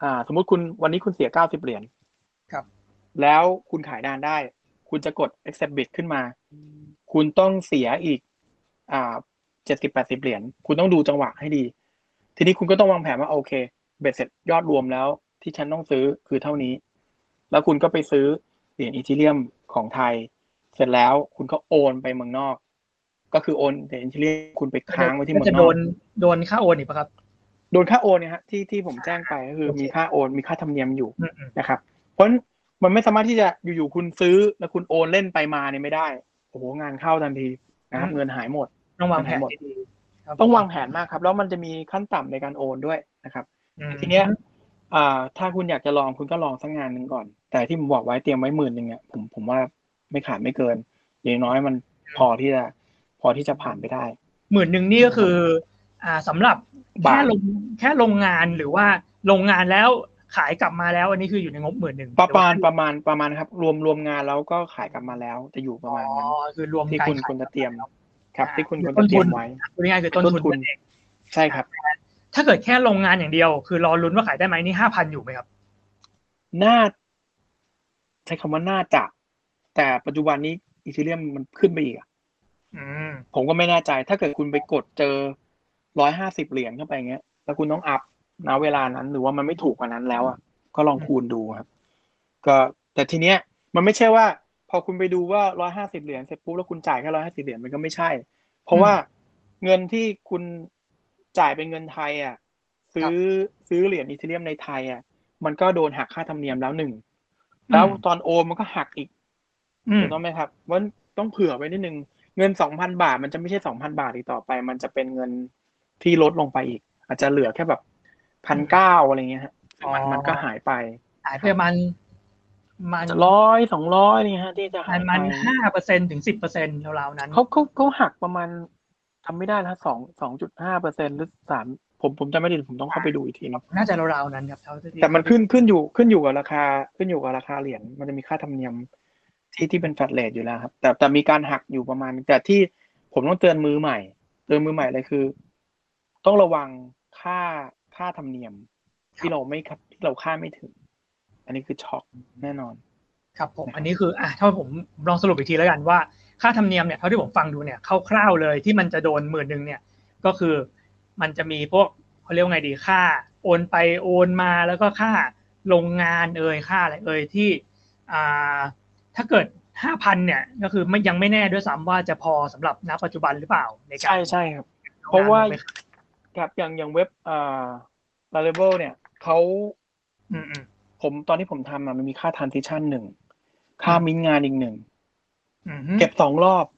อ่า สมมุติคุณวันนี้คุณเสียเก้าสิบเหรียญครับแล้วคุณขายนานได้คุณจะกด accept bid ขึ้นมาคุณต้องเสียอีกอ่าเจ็ดสิบแปดสิบเหรียญคุณต้องดูจังหวะให้ดีทีนี้คุณก็ต้องวางแผนว่าโอเคเบ็ดเสร็จยอดรวมแล้วที่ฉันต้องซื้อคือเท่านี้แล้วคุณก็ไปซื้อเหรียญอีเธเรียมของไทยเสร็จแล้วคุณก็โอนไปเมืองนอกก็คือโอนเหรียญอีเธเรียมคุณไปค้างไว้ที่เมืองนอกจะโดนโดนค่าโอนอีกป่ะครับโดนค่าโอนเนี่ยฮะที่ที่ผมแจ้งไปก็คือมีค่าโอนมีค่าธรรมเนียมอยู่นะครับเพราะมันไม่สามารถที่จะอยู่ๆคุณซื้อแล้วคุณโอนเล่นไปมาเนี่ยไม่ได้โอ้โหงานเข้าทันทีนะครับเงินหายหมดต้องวางแผนดีๆต้องวางแผนมากครับแล้วมันจะมีขั้นต่ำในการโอนด้วยนะครับทีเนี้ยอ่าถ้าคุณอยากจะลองคุณก็ลองสักงานหนึ่งก่อนแต่ที่ผมบอกไว้เตรียมไว้หมื่นหนึ่งเนี่ยผมผมว่าไม่ขาดไม่เกินอย่างน้อยมันพอที่จะพอที่จะผ่านไปได้หมื่นหนึ่งนี่ก็คืออ่าสำหรับแค่ลงแค่โรงงานหรือว่าโรงงานแล้วขายกลับมาแล้วอันนี้คืออยู่ในงบหมื่นหนึ่งประมาณประมาณประมาณครับรวมรวมงานแล้วก็ขายกลับมาแล้วจะอยู่ประมาณนั้นคือรวมที่คุณคุณจะเตรียมครับที่คุณคุณต้จะนทุนเตรียมไว้พูดง่ายๆคือต้นทุนใช่ครับถ้าเกิดแค่โรงงานอย่างเดียวคือรอลุ้นว่าขายได้ไหมนี่ห้าพันอยู่ไหมครับน่าใช้คำว่าน่าจะแต่ปัจจุบันนี้อีเธเรียมมันขึ้นไปอีกผมก็ไม่แน่ใจถ้าเกิดคุณไปกดเจอร้อยห้าสิบเหรียญเข้าไปเงี้ยแล้วคุณต้องอัพณเวลานั้นหรือว่ามันไม่ถูกกว่านั้นแล้วอ่ะก็ลองคูณดูครับก็แต่ทีเนี้ยมันไม่ใช่ว่าพอคุณไปดูว่าร้อยห้าสิบเหรียญเสร็จปุ๊บแล้วคุณจ่ายแค่ร้อยห้าสิบเหรียญมันก็ไม่ใช่เพราะว่าเงินที่คุณจ่ายเป็นเงินไทยอ่ะซื้อซื้อเหรียญอีเธเรียมในไทยอ่ะมันก็โดนหักค่าธรรมเนียมแล้วหนึ่งแล้วตอนโอนมันก็หักอีกถูกต้องไหมครับว่าต้องเผื่อไว้นิดนึงเงินสองพันบาทมันจะไม่ใช่สองพันบาทอีกต่อไปมันจะเป็นเงินที่ลดลงไปอีกอาจจะเหลือแค่แบบพันเก้าอะไรเงี้ยฮะมันมันก็หายไปหายไปประมาณมันร้อยสองร้อยนี่ฮะที่จะหายไปมันห้าเปอร์เซ็นต์ถึงสิบเปอร์เซ็นต์ราวๆนั้นเขาเขาเขาหักประมาณทำไม่ได้นะสองสองจุดห้าเปอร์เซ็นต์หรือสามผมผมจะไม่ได้ผมต้องเข้าไปดูอีกทีนึงน่าจะราวๆนั้นครับแต่มันขึ้นขึ้นอยู่ขึ้นอยู่กับราคาขึ้นอยู่กับราคาเหรียญมันจะมีค่าธรรมเนียมที่ที่เป็นแฟลตเรทอยู่แล้วครับแต่แต่มีการหักอยู่ประมาณแต่ที่ผมต้องเตือนมือใหม่เตือนมือใหม่เลยคือต้องระวังค่าค่าธรรมเนียมที่เราไม่ที่เราค่าไม่ถึงอันนี้คือช็อกแน่นอนครับผมอันนี้คืออ่ะถ้าผมลองสรุปอีกทีแล้วกันว่าค่าธรรมเนียมเนี่ยเท่าที่ผมฟังดูเนี่ยคร่าวๆเลยที่มันจะโดนหมื่นหนึ่งเนี่ยก็คือมันจะมีพวกเขาเรียกว่าไงดีค่าโอนไปโอนมาแล้วก็ค่าโรงงานเอ่ยค่าอะไรเอ่ยที่อ่าถ้าเกิดห้าพันเนี่ยก็คือไม่ยังไม่แน่ด้วยซ้ำว่าจะพอสำหรับณปัจจุบันหรือเปล่าในการใช่ใช่ครับเพราะว่าครับอย่างอย่างเว็บอ่า Laravel เนี่ยเขาผมตอนที่ผมทำอ่ะมันมีค่า transition หนึ่งค่ามิ้นงานอีกหนึ่งเก็บสองรอบ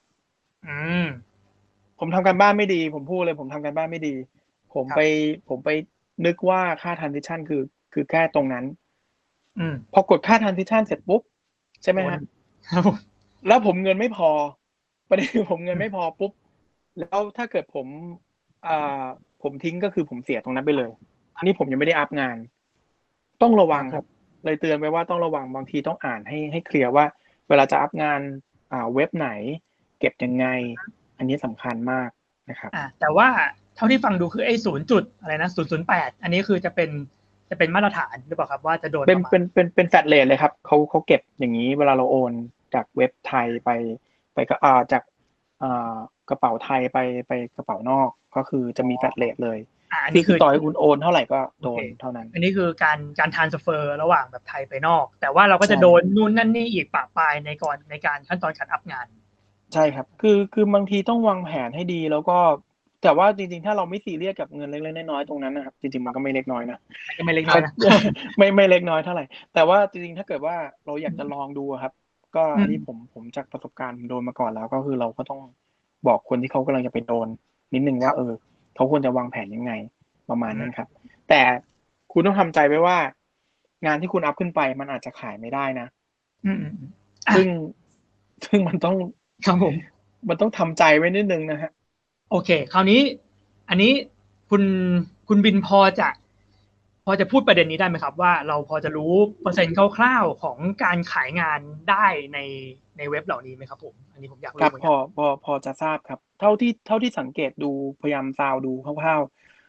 ผมทำการบ้านไม่ดีผมพูดเลยผมทำการบ้านไม่ดีผมไปผมไปนึกว่าค่า transition คือคือแค่ตรงนั้นพอกดค่า transition เสร็จปุ๊บใช่ไหมฮะแล้วผมเงินไม่พอประเด็นคือผมเงินไม่พอปุ๊บแล้วถ้าเกิดผมอ่าผมทิ้งก็คือผมเสียตรงนั้นไปเลยอันนี้ผมยังไม่ได้อัพงานต้องระวังครับเลยเตือนไปว่าต้องระวังบางทีต้องอ่านให้ให้เคลียร์ว่าเวลาจะอัพงานอ่าเว็บไหนเก็บยังไงอันนี้สำคัญมากนะครับอ่าแต่ว่าเท่าที่ฟังดูคือไอ้ศูนย์จุดอะไรนะศูนย์ศูนย์แปดอันนี้คือจะเป็นจะเป็นมาตรฐานหรือเปล่าครับว่าจะโดนเป็นเป็นเป็นเป็นแฟลตเรทเลยครับเขาเขาเก็บอย่างนี้เวลาเราโอนจากเว็บไทยไปไปก็อ่าจากอ่ากระเป๋าไทยไปไปกระเป๋านอกก็คือจะมีแฟลตเรทเลยอันนี้คือต่อให้คุณโอนเท่าไหร่ก็โดนเท่านั้นอันนี้คือการการทรานสเฟอร์ระหว่างแบบไทยไปนอกแต่ว่าเราก็จะโดนนู่นนั่นนี่อีกปะปายในก่อนในการขั้นตอนการอัพงานใช่ครับคือคือบางทีต้องวางแผนให้ดีแล้วก็แต่ว่าจริงๆถ้าเราไม่ซีเรียสกับเงินเล็กๆน้อยๆตรงนั้นนะครับจริงๆมันก็ไม่เล็กน้อยนะก็ไม่เล็กน้อยนะไม่ไม่เล็กน้อยเท่าไหร่แต่ว่าจริงๆถ้าเกิดว่าเราอยากจะลองดูครับก็อันนี้ผมผมจากประสบการณ์โดนมาก่อนแล้วก็คือเราก็ต้องบอกคนที่เขากำลังจะไปโดนนิดนึงว่าเออเขาควรจะวางแผนยังไงประมาณนั้นครับแต่คุณต้องทำใจไว้ว่างานที่คุณอัพขึ้นไปมันอาจจะขายไม่ได้นะซึ่งซึ่งมันต้องครับผมมันต้องทำใจไว้นิดนึงนะฮะโอเคคราวนี้อันนี้คุณคุณบินพอจะพอจะพูดประเด็นนี้ได้ไหมครับว่าเราพอจะรู้เปอร์เซ็นต์คร่าวๆของการขายงานได้ในในเว็บเหล่านี้ไหมครับผมอันนี้ผมอยากรู้ครับพอพอพอจะทราบครับเท่าที่เท่าที่สังเกตดูพยายามซาวดูคร่าว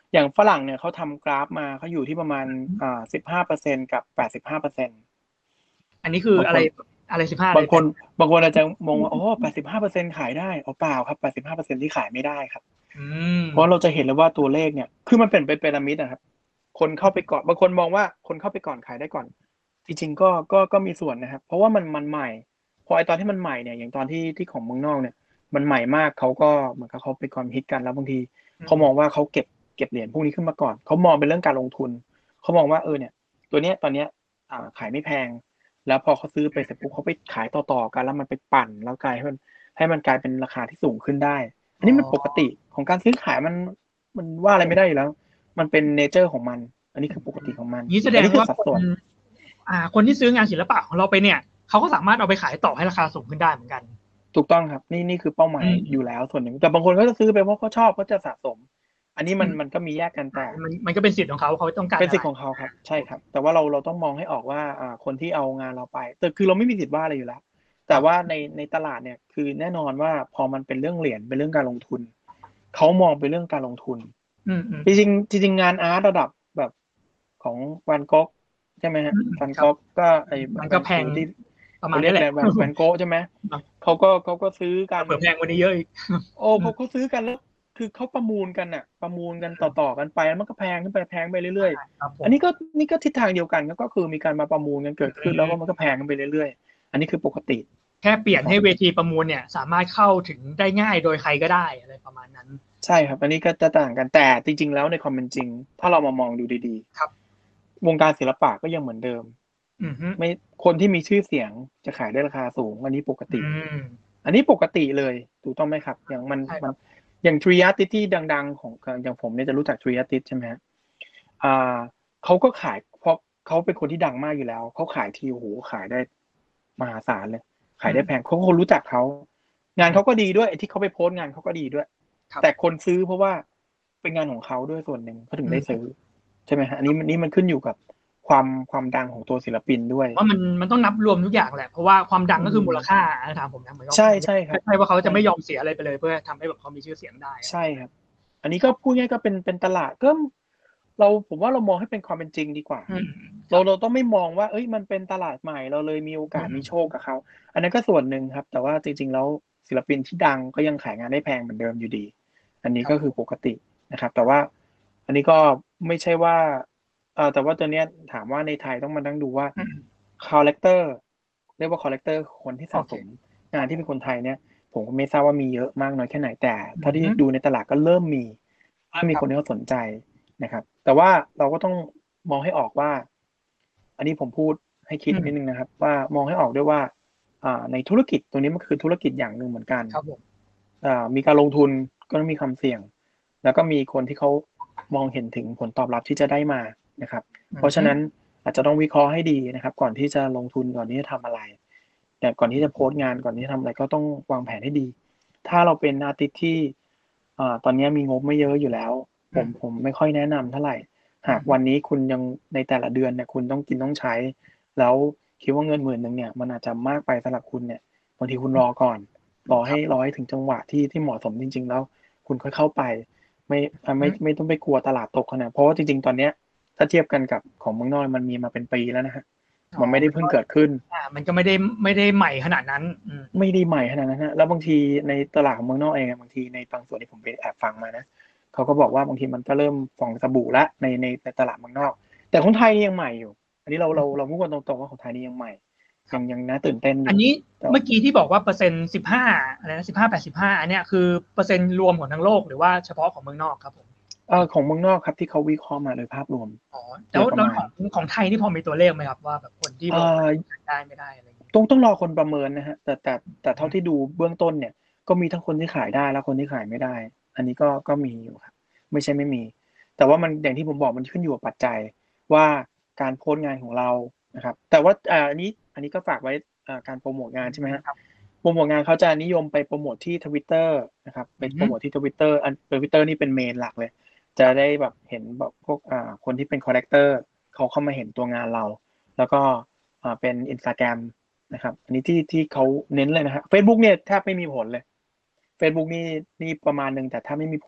อย่างฝรั่งเนี่ยเขาทำกราฟมาเขาอยู่ที่ประมาณอ่าสิบห้าเปอร์เซ็นต์กับแปดสิบห้าเปอร์เซ็นต์อันนี้คืออะไรบางคนอะไรสิบห้าอะไรบางคนบางคนอาจจะมองว่าโอ้แปดสิบห้าเปอร์เซ็นต์ขายได้อ๋อเปล่าครับแปดสิบห้าเปอร์เซ็นต์ที่ขายไม่ได้ครับอืมเพราะเราจะเห็นเลยว่าตัวเลขเนี่ยคือมันเป็นเป็นพีระมิดนะครับคนเข้าไปก่อนบางคนมองว่าคนเข้าไปก่อนขายได้ก่อนจริงๆก็ก็ก็มีส่วนนะครับเพราะว่ามันมันใหม่พอไอตอนที่มันใหม่เนี่ยอย่างตอนที่ที่ของเมืองนอกเนี่ยมันใหม่มากเขาก็เหมือนกับเขาไปก่อนฮิตกันแล้วบางทีเขามองว่าเขาเก็บเก็บเหรียญพวกนี้ขึ้นมาก่อนเขามองเป็นเรื่องการลงทุนเขามองว่าเออเนี่ยตัวเนี้ยตอนเนี้ยอ่าขายไม่แพงแล้วพอเขาซื้อไปเสร็จปุ๊บเขาไปขายต่อๆกันแล้วมันไปปั่นแล้วกลายให้มันให้มันกลายเป็นราคาที่สูงขึ้นได้อันนี้มันปกติของการซื้อขายมันมันว่าอะไรไม่ได้อยู่แล้วมันเป็นเนเจอร์ของมันอันนี้คือปกติของมันนี้แสดอันนี้คืองว่าคนสัดส่วนอ่าคนที่ซื้องานศิลปะของเราไปเนี่ยเขาก็สามารถเอาไปขายต่อให้ราคาสูงขึ้นได้เหมือนกันถูกต้องครับนี่นี่คือเป้าหมายอยู่แล้วส่วนหนึ่งแต่บางคนก็จะซื้อไปเพราะเขาชอบเขาจะสะสมอันนี้มันมันก็มีแยกกันแต่มันมันก็เป็นสิทธิ์ของเขาเขาต้องการเป็นอะไรสิทธิ์ของเขาครับใช่ครับแต่ว่าเราเราต้องมองให้ออกว่าอ่าคนที่เอางานเราไปแต่คือเราไม่มีสิทธิ์ว่าอะไรอยู่แล้วแต่ว่าในในตลาดเนี่ยคือแน่นอนว่าพอมันเป็นเรื่องเหรียญเป็นเรื่องการลงทุนเขามองเป็นเรื่องการลงทุนอืมอืมจริงๆจริงๆงานอาร์ตระดับแบบของแวนก๊อกใช่ไหมฮะแวนครับก๊อกก็ไอมันแวนก็แพงที่ประมาเขาเรียกณนี้แหละอะไรแวนแวนโก้ใช่ไหมเขาก็เขาก็ซื้อกันเผื่อแพงกว่านี้เยอะอีกโอ้เขาเขาซื้อกันแล้วคือเขาประมูลกันอ่ะประมูลกันต่อๆกันไปแล้วมันก็แพงขึ้นไปแพงไปเรื่อยครับผมๆอันนี้ก็นี่ก็ทิศทางเดียวกันก็คือมีการมาประมูลกันเกิดขึ้นแล้วก็มันก็แพงขึ้นไปเรื่อยๆอันนี้คือปกติแค่เปลี่ยนนะครับให้เวทีประมูลเนี่ยสามารถเข้าถึงได้ง่ายโดยใครก็ได้อะไรประมาณนั้นใช่ครับอันนี้ก็จะต่างกันแต่จริงๆแล้วในความเป็นจริงถ้าเรามามองดูดีครับๆวงการศิลปะก็ยังเหมือนเดิมอือฮึไม่คนที่มีชื่อเสียงจะขายได้ราคาสูงอันนี้ปกติอืมอันนี้ปกติเลยถูกต้องไหมครับอย่างมันมันใช่ครับอย่างทรีอาร์ติสที่ดังๆของอย่างผมเนี่ยจะรู้จักทรีอาร์ติสใช่ไหมฮะอ่าเขาก็ขายเพราะเขาเป็นคนที่ดังมากอยู่แล้วเขาขายทีโอ้โหขายได้มหาศาลเลยขายได้แพงเขาคนรู้จักเขางานเขาก็ดีด้วยที่เขาไปโพสต์งานเขาก็ดีด้วยครับแต่คนซื้อเพราะว่าเป็นงานของเขาด้วยส่วนหนึ่งเขาถึงได้ซื้อใช่ไหมฮะอันนี้นี่มันขึ้นอยู่กับความความดังของตัวศิลปินด้วยว่ามันมันต้องนับรวมทุกอย่างแหละเพราะว่าความดังก็คือมูลค่าถามผมนะเหมือนกับใช่ใช่ครับไม่ใช่ว่าเขาจะใช่ไม่ยอมเสียอะไรไปเลยเพื่อทำให้แบบเขามีชื่อเสียงได้ใช่ครับ อันนี้ก็พูดง่ายก็เป็นเป็นตลาดก็เราผมว่าเรามองให้เป็นความเป็นจริงดีกว่าอืมเราเราต้องไม่มองว่าเอ้ยมันเป็นตลาดใหม่เราเลยมีโอกาสมีโชคกับเขาอันนั้นก็ส่วนหนึ่งครับแต่ว่าจริงๆแล้วศิลปินที่ดังก็ยังขายงานได้แพงเหมือนเดิมอยู่ดีอันนี้ก็คือปกตินะครับแต่ว่าอันนี้ก็ไม่ใช่ว่าเออแต่ว่าตัวเนี้ยถามว่าในไทยต้องมานั่งดูว่าคอลเลกเตอร์เรียกว่าคอลเลกเตอร์คนที่โอเคสะสมงานที่เป็นคนไทยเนี่ยผมก็ไม่ทราบว่ามีเยอะมากน้อยแค่ไหนแต่เท่าที่อืมดูในตลาดก็เริ่มมี ถ้ามีครับคนที่เขาสนใจนะครับ แต่ว่าเราก็ต้องมองให้ออกว่า อันนี้ผมพูดให้คิดอืมนิดนึงนะครับ ว่ามองให้ออกด้วยว่าอ่าในธุรกิจตรงนี้มันคือธุรกิจอย่างหนึ่งเหมือนกันครับผมอ่ามีการลงทุนก็ต้องมีความเสี่ยง แล้วก็มีคนที่เขามองเห็นถึงผลตอบรับที่จะได้มานะครับ เพราะฉะนั้นอาจจะต้องวิเคราะห์ให้ดีนะครับ ก่อนที่จะลงทุนก่อนที่จะทำอะไร แต่ก่อนที่จะโพสต์งานก่อนที่จะทำอะไรก็ต้องวางแผนให้ดี ถ้าเราเป็นอาร์ติสต์ที่อ่าตอนนี้มีงบไม่เยอะอยู่แล้ว ผมผมไม่ค่อยแนะนำเท่าไหร่ หากวันนี้คุณยังในแต่ละเดือนเนี่ยคุณต้องกินต้องใช้ แล้วคิดว่าเงินหมื่นหนึ่งเนี่ยมันอาจจะมากไปสำหรับคุณเนี่ยบางทีคุณรอก่อนรอให้รอให้ถึงจังหวะที่ที่เหมาะสมจริง ๆ แล้ว คุณค่อยเข้าไป ไม่ไม่ไม่ต้องไปกลัวตลาดตกขนาดเพราะว่าจริงๆตอนเนี้ยถ้าเทียบกันกับของเมืองนอกมันมีมาเป็นปีแล้วนะฮะมันไม่ได้เพิ่งเกิดขึ้นอ่ามันก็ไม่ได้ไม่ได้ใหม่ขนาดนั้นอืมไม่ได้ใหม่ขนาดนั้นฮะแล้วบางทีในตลาดของเมืองนอกเองบางทีในบางส่วนที่ผมไปแอบฟังมานะเขาก็บอกว่าบางทีมันก็เริ่มฟองสบู่ละในในในตลาดเมืองนอกแต่ของไทยยังใหม่อยู่อันนี้เราเราเราพูดกันตรงๆว่าของไทยนี่ยังใหม่ยังยังน่าตื่นเต้นอยู่อันนี้เมื่อกี้ที่บอกว่าเปอร์เซ็นต์สิบห้าอะไรนะสิบห้าแปดสิบห้าอันเนี้ยคือเปอร์เซ็นต์รวมของทั้งโลกหรือว่าเฉพาะของเมืองนอกครับผมเออของเมืองนอกครับที่เขาวิเคราะห์มาโดยภาพรวมอ๋อโดแล้วยประมาณแล้วของของไทยนี่พอมีตัวเลขไหมครับว่าแบบคนที่เอ่บอกอได้ไม่ได้อะไรอย่างเงี้ยต้องต้องรอคนประเมินนะฮะแต่แต่แต่เท่าที่ดูเบื้องต้นเนี่ยก็มีทั้งคนที่ขายได้และคนที่ขายไม่ได้อันนี้ก็ก็มีอยู่ครับไม่ใช่ไม่มีแต่ว่ามันอย่างที่ผมบอกมันขึ้นอยู่กับปัจจัยว่าการโพสต์งานของเรานะครับแต่ว่าอ่าอันนี้อันนี้ก็ฝากไว้อ่าการโปรโมทงานใช่ไหมฮะครับโปรโมทงานเขาจะนิยมไปโปรโมทที่ Twitter นะครับไปโปรโมทที่ Twitter อัน Twitter นี่เป็นเมนหลักเลย จะได้แบบเห็นแบบพวกอ่าคนที่เป็นคอลเลกเตอร์เขาเข้ามาเห็นตัวงานเรา แล้วก็อ่าเป็น Instagram นะครับอันนี้ที่ที่เขาเน้นเลยนะฮะ Facebook เนี่ยแทบไม่มีผลเลย Facebook นี่นี่ประมาณหนึ่งแต่ถ้าไม่มีผล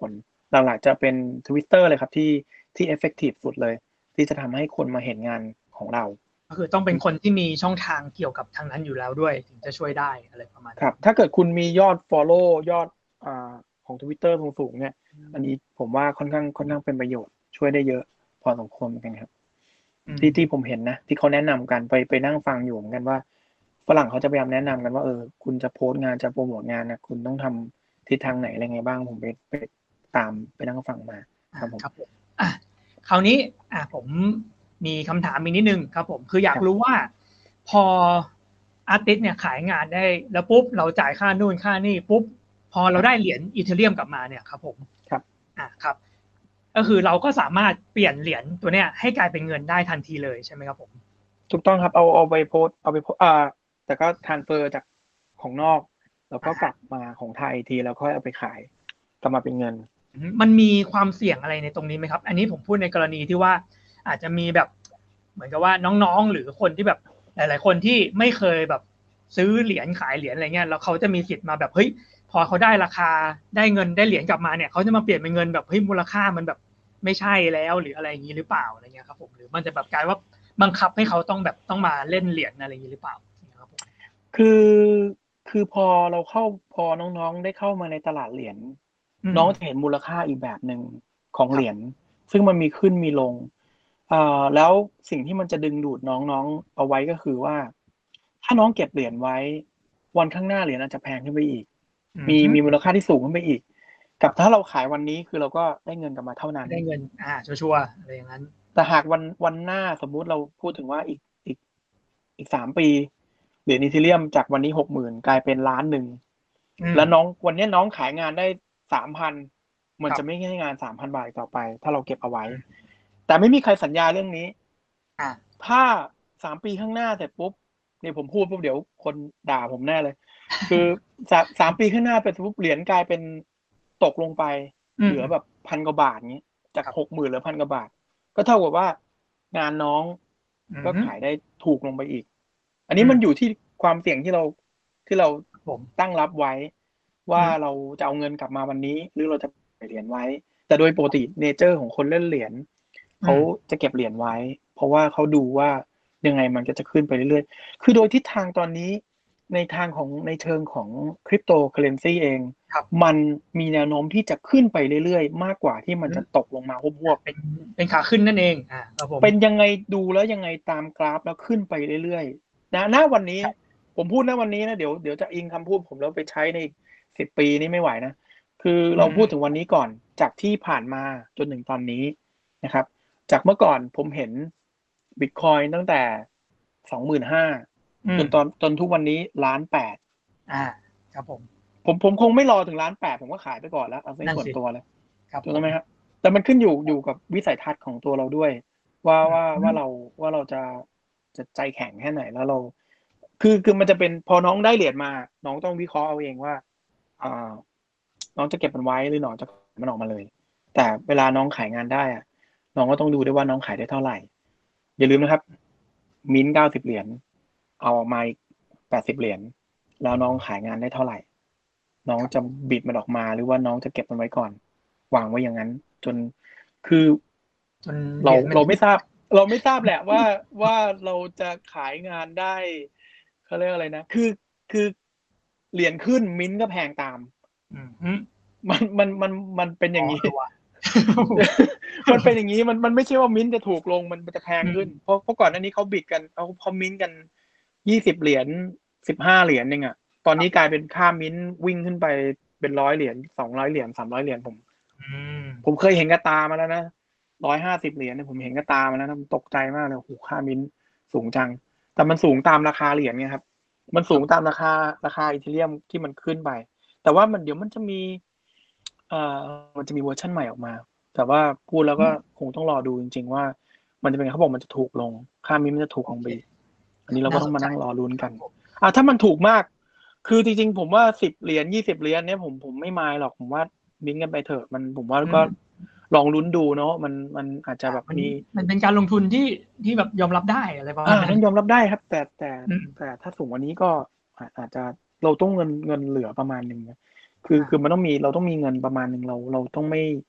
หลักๆจะเป็น Twitter เลยครับที่ที่ effective สุดเลยที่จะทำให้คนมาเห็นงานของเราก็คือต้องเป็นคนที่มีช่องทางเกี่ยวกับทางนั้นอยู่แล้วด้วยถึงจะช่วยได้อะไรประมาณครับนี้ถ้าเกิดคุณมียอด follow ยอดอ่าของ Twitter สูงๆเนี่ยอันนี้ผมว่าค่อนข้างค่อนข้างเป็นประโยชน์ช่วยได้เยอะพอสมควรเหมือนกันครับที่ที่ผมเห็นนะที่เขาแนะนำกันไปไปนั่งฟังอยู่เหมือนกันว่าฝรั่งเขาจะพยายามแนะนำกันว่าเออคุณจะโพสต์งานจะโปรโมทงานนะคุณต้องทำทิศทางไหนอะไรไงบ้างผมไปไปตามไปนั่งฟังมาครับผมครับผมอ่ะคราวนี้อ่ะผมมีคำถามอีกนิดนึงครับผมคืออยากรู้ว่าพออาร์ติสเนี่ยขายงานได้แล้วปุ๊บเราจ่ายค่านู่นค่านี่ปุ๊บพอเราได้เหรียญอีเธเรียมกลับมาเนี่ยครับผมครับอ่ะครับก็คือเราก็สามารถเปลี่ยนเหรียญตัวเนี้ยให้กลายเป็นเงินได้ทันทีเลยใช่ไหมครับผมถูกต้องครับเอาเอาไปโพสเอาไปโพสอ่าแต่ก็ทรานสเฟอร์จากของนอกแล้วก็กลับมาของไทยทีแล้วค่อยเอาไปขายกลับมาเป็นเงินมันมีความเสี่ยงอะไรในตรงนี้ไหมครับอันนี้ผมพูดในกรณีที่ว่าอาจจะมีแบบเหมือนกับว่าน้องๆหรือคนที่แบบหลายๆคนที่ไม่เคยแบบซื้อเหรียญขายเหรียญอะไรเงี้ยแล้วเขาจะมีสิทธิ์มาแบบเฮ้ยพอเขาได้ราคาได้เงินได้เหรียญกลับมาเนี่ยเขาจะมาเปลี่ยนเป็นเงินแบบเฮ้ยมูลค่ามันแบบไม่ใช่แล้วหรืออะไรอย่างนี้หรือเปล่าอะไรเงี้ยครับผมหรือมันจะแบบกลายว่าบังคับให้เขาต้องแบบต้องมาเล่นเหรียญอะไรอย่างนี้หรือเปล่าครับผมคือคือพอเราเข้าพอน้องๆได้เข้ามาในตลาดเหรียญน้องจะเห็นมูลค่าอีกแบบหนึ่งของเหรียญซึ่งมันมีขึ้นมีลงอ่าแล้วสิ่งที่มันจะดึงดูดน้องๆเอาไว้ก็คือว่าถ้าน้องเก็บเหรียญไว้วันข้างหน้าเหรียญอาจจะแพงขึ้นไปอีกมีมีมูลค่าที่สูงขึ้นไปอีกกับถ้าเราขายวันนี้คือเราก็ได้เงินกลับมาเท่านั้นได้เงินอ่าชัวร์ๆอะไรอย่างนั้นแต่หากวันวันหน้าสมมุติเราพูดถึงว่าอีกอีกอีกสามปีเหรียญอีเธเรียมจากวันนี้หกหมื่นกลายเป็นล้านหนึ่งแล้วน้องวันนี้น้องขายงานได้สามพันมันจะไม่ให้งานสามพันบาทต่อไปถ้าเราเก็บเอาไว้แต่ไม่มีใครสัญญาเรื่องนี้ถ้าสามปีข้างหน้าเสร็จปุ๊บเนี่ยผมพูดปุ๊บเดี๋ยวคนด่าผมแน่เลยคือสามสามปีข้างหน้าเป็นปุ๊บเหรียญกลายเป็นตกลงไปเหลือแบบพันกว่าบาทเงี้ยจากหกหมื่นเหลือพันกว่าบาทก็เท่ากับว่างานน้องก็ขายได้ถูกลงไปอีกอันนี้มันอยู่ที่ความเสี่ยงที่เราที่เราตั้งรับไว้ว่าเราจะเอาเงินกลับมาวันนี้หรือเราจะเก็บเหรียญไว้แต่โดยปกติเนเจอร์ของคนเล่นเหรียญเขาจะเก็บเหรียญไว้เพราะว่าเขาดูว่ายังไงมันก็จะขึ้นไปเรื่อยๆคือโดยทิศทางตอนนี้ในทางของในเชิงของคริปโตเคอเรนซีเองมันมีแนวโน้มที่จะขึ้นไปเรื่อยๆมากกว่าที่มันจะตกลงมาหวบๆเป็นเป็นขาขึ้นนั่นเองอ่าครับผมเป็นยังไงดูแล้วยังไงตามกราฟแล้วขึ้นไปเรื่อยๆนะณวันนี้ผมพูดณวันนี้นะเดี๋ยวเดี๋ยวจะอิงคำพูดผมแล้วไปใช้ในสิบปีนี้ไม่ไหวนะคือเราพูดถึงวันนี้ก่อนจากที่ผ่านมาจนถึงตอนนี้นะครับจากเมื่อก่อนผมเห็นบิตคอยน์ตั้งแต่สองหมื่นห้าจนตอนจนทุกวันนี้ล้านแปดอ่าครับผมผมผมคงไม่รอถึงล้านแปดผมก็ขายไปก่อนแล้วเอาในส่วนตัวเลยถูกไหมครับแต่มันขึ้นอยู่อยู่กับวิสัยทัศน์ของตัวเราด้วยว่าว่าว่าเราว่าเราจะจะใจแข็งแค่ไหนแล้วเราคือคือมันจะเป็นพอน้องได้เหรียญมาน้องต้องวิเคราะห์เอาเองว่าอ่าน้องจะเก็บมันไว้หรือน้องจะมันออกมาเลยแต่เวลาน้องขายงานได้อะน้องก็ต้องดูด้วยว่าน้องขายได้เท่าไหร่อย่าลืมนะครับมิ้นเก้าสิบเหรียญเอาออกมาแปดสิบเหรียญแล้วน้องขายงานได้เท่าไหร่น้องจะบิดมันออกมาหรือว่าน้องจะเก็บมันไว้ก่อนวางไว้อย่างนั้นจนคือจนเราเราไม่ทราบเราไม่ทราบแหละว่าว่าเราจะขายงานได้เขาเรียกอะไรนะคือคือเหรียญขึ้นมิ้นก็แพงตามมันมันมันมันเป็นอย่างนี้มันเป็นอย่างนี้มันมันไม่ใช่ว่ามิ้นจะถูกลงมันจะแพงขึ้นเพราะเพราะก่อนหน้านี้เขาบิดกันเอาเขามิ้นกันยี่สิบเหรียญสิบห้าเหรียญเองอะตอนนี้กลายเป็นค่ามิ้นวิ่งขึ้นไปเป็นร้อยเหรียญสองร้อยเหรียญสามร้อยเหรียญผมผมเคยเห็นกระตามาแล้วนะร้อยห้าสิบเหรียญเนี่ยผมเห็นกระตามาแล้วนะตกใจมากเลยโอ้โหค่ามิ้นสูงจังแต่มันสูงตามราคาเหรียญไงครับมันสูงตามราคาราคาอีเธเรียมที่มันขึ้นไปแต่ว่ามันเดี๋ยวมันจะมีเอ่อมันจะมีเวอร์ชันใหม่ออกมาแต่ว่าพูดแล้วก็คงต้องรอดูจริงๆว่ามันจะเป็นเขาบอกมันจะถูกลงค่ามิ้นมันจะถูกลงไปอันนี้เราก็ต้องมานั่งรอลุ้นกันอ่ะถ้ามันถูกมากคือจริงๆผมว่าสิบเหรียญยี่สิบเหรียญเนี่ยผมผมไม่มายหรอกผมว่ามิ้นกันไปเถอะมันผมว่าก็ลองลุ้นดูเนาะมันมันอาจจะแบบมีมันเป็นการลงทุนที่ที่แบบยอมรับได้อะไรประมาณนั้นยอมรับได้ครับแต่แต่แต่ถ้าสูงกว่านี้ก็อาจจะเราต้องเงินเงินเหลือประมาณนึงนะคือคือมันต้องมีเราต้องมีเงินประมาณนึงเราเราต้องไม่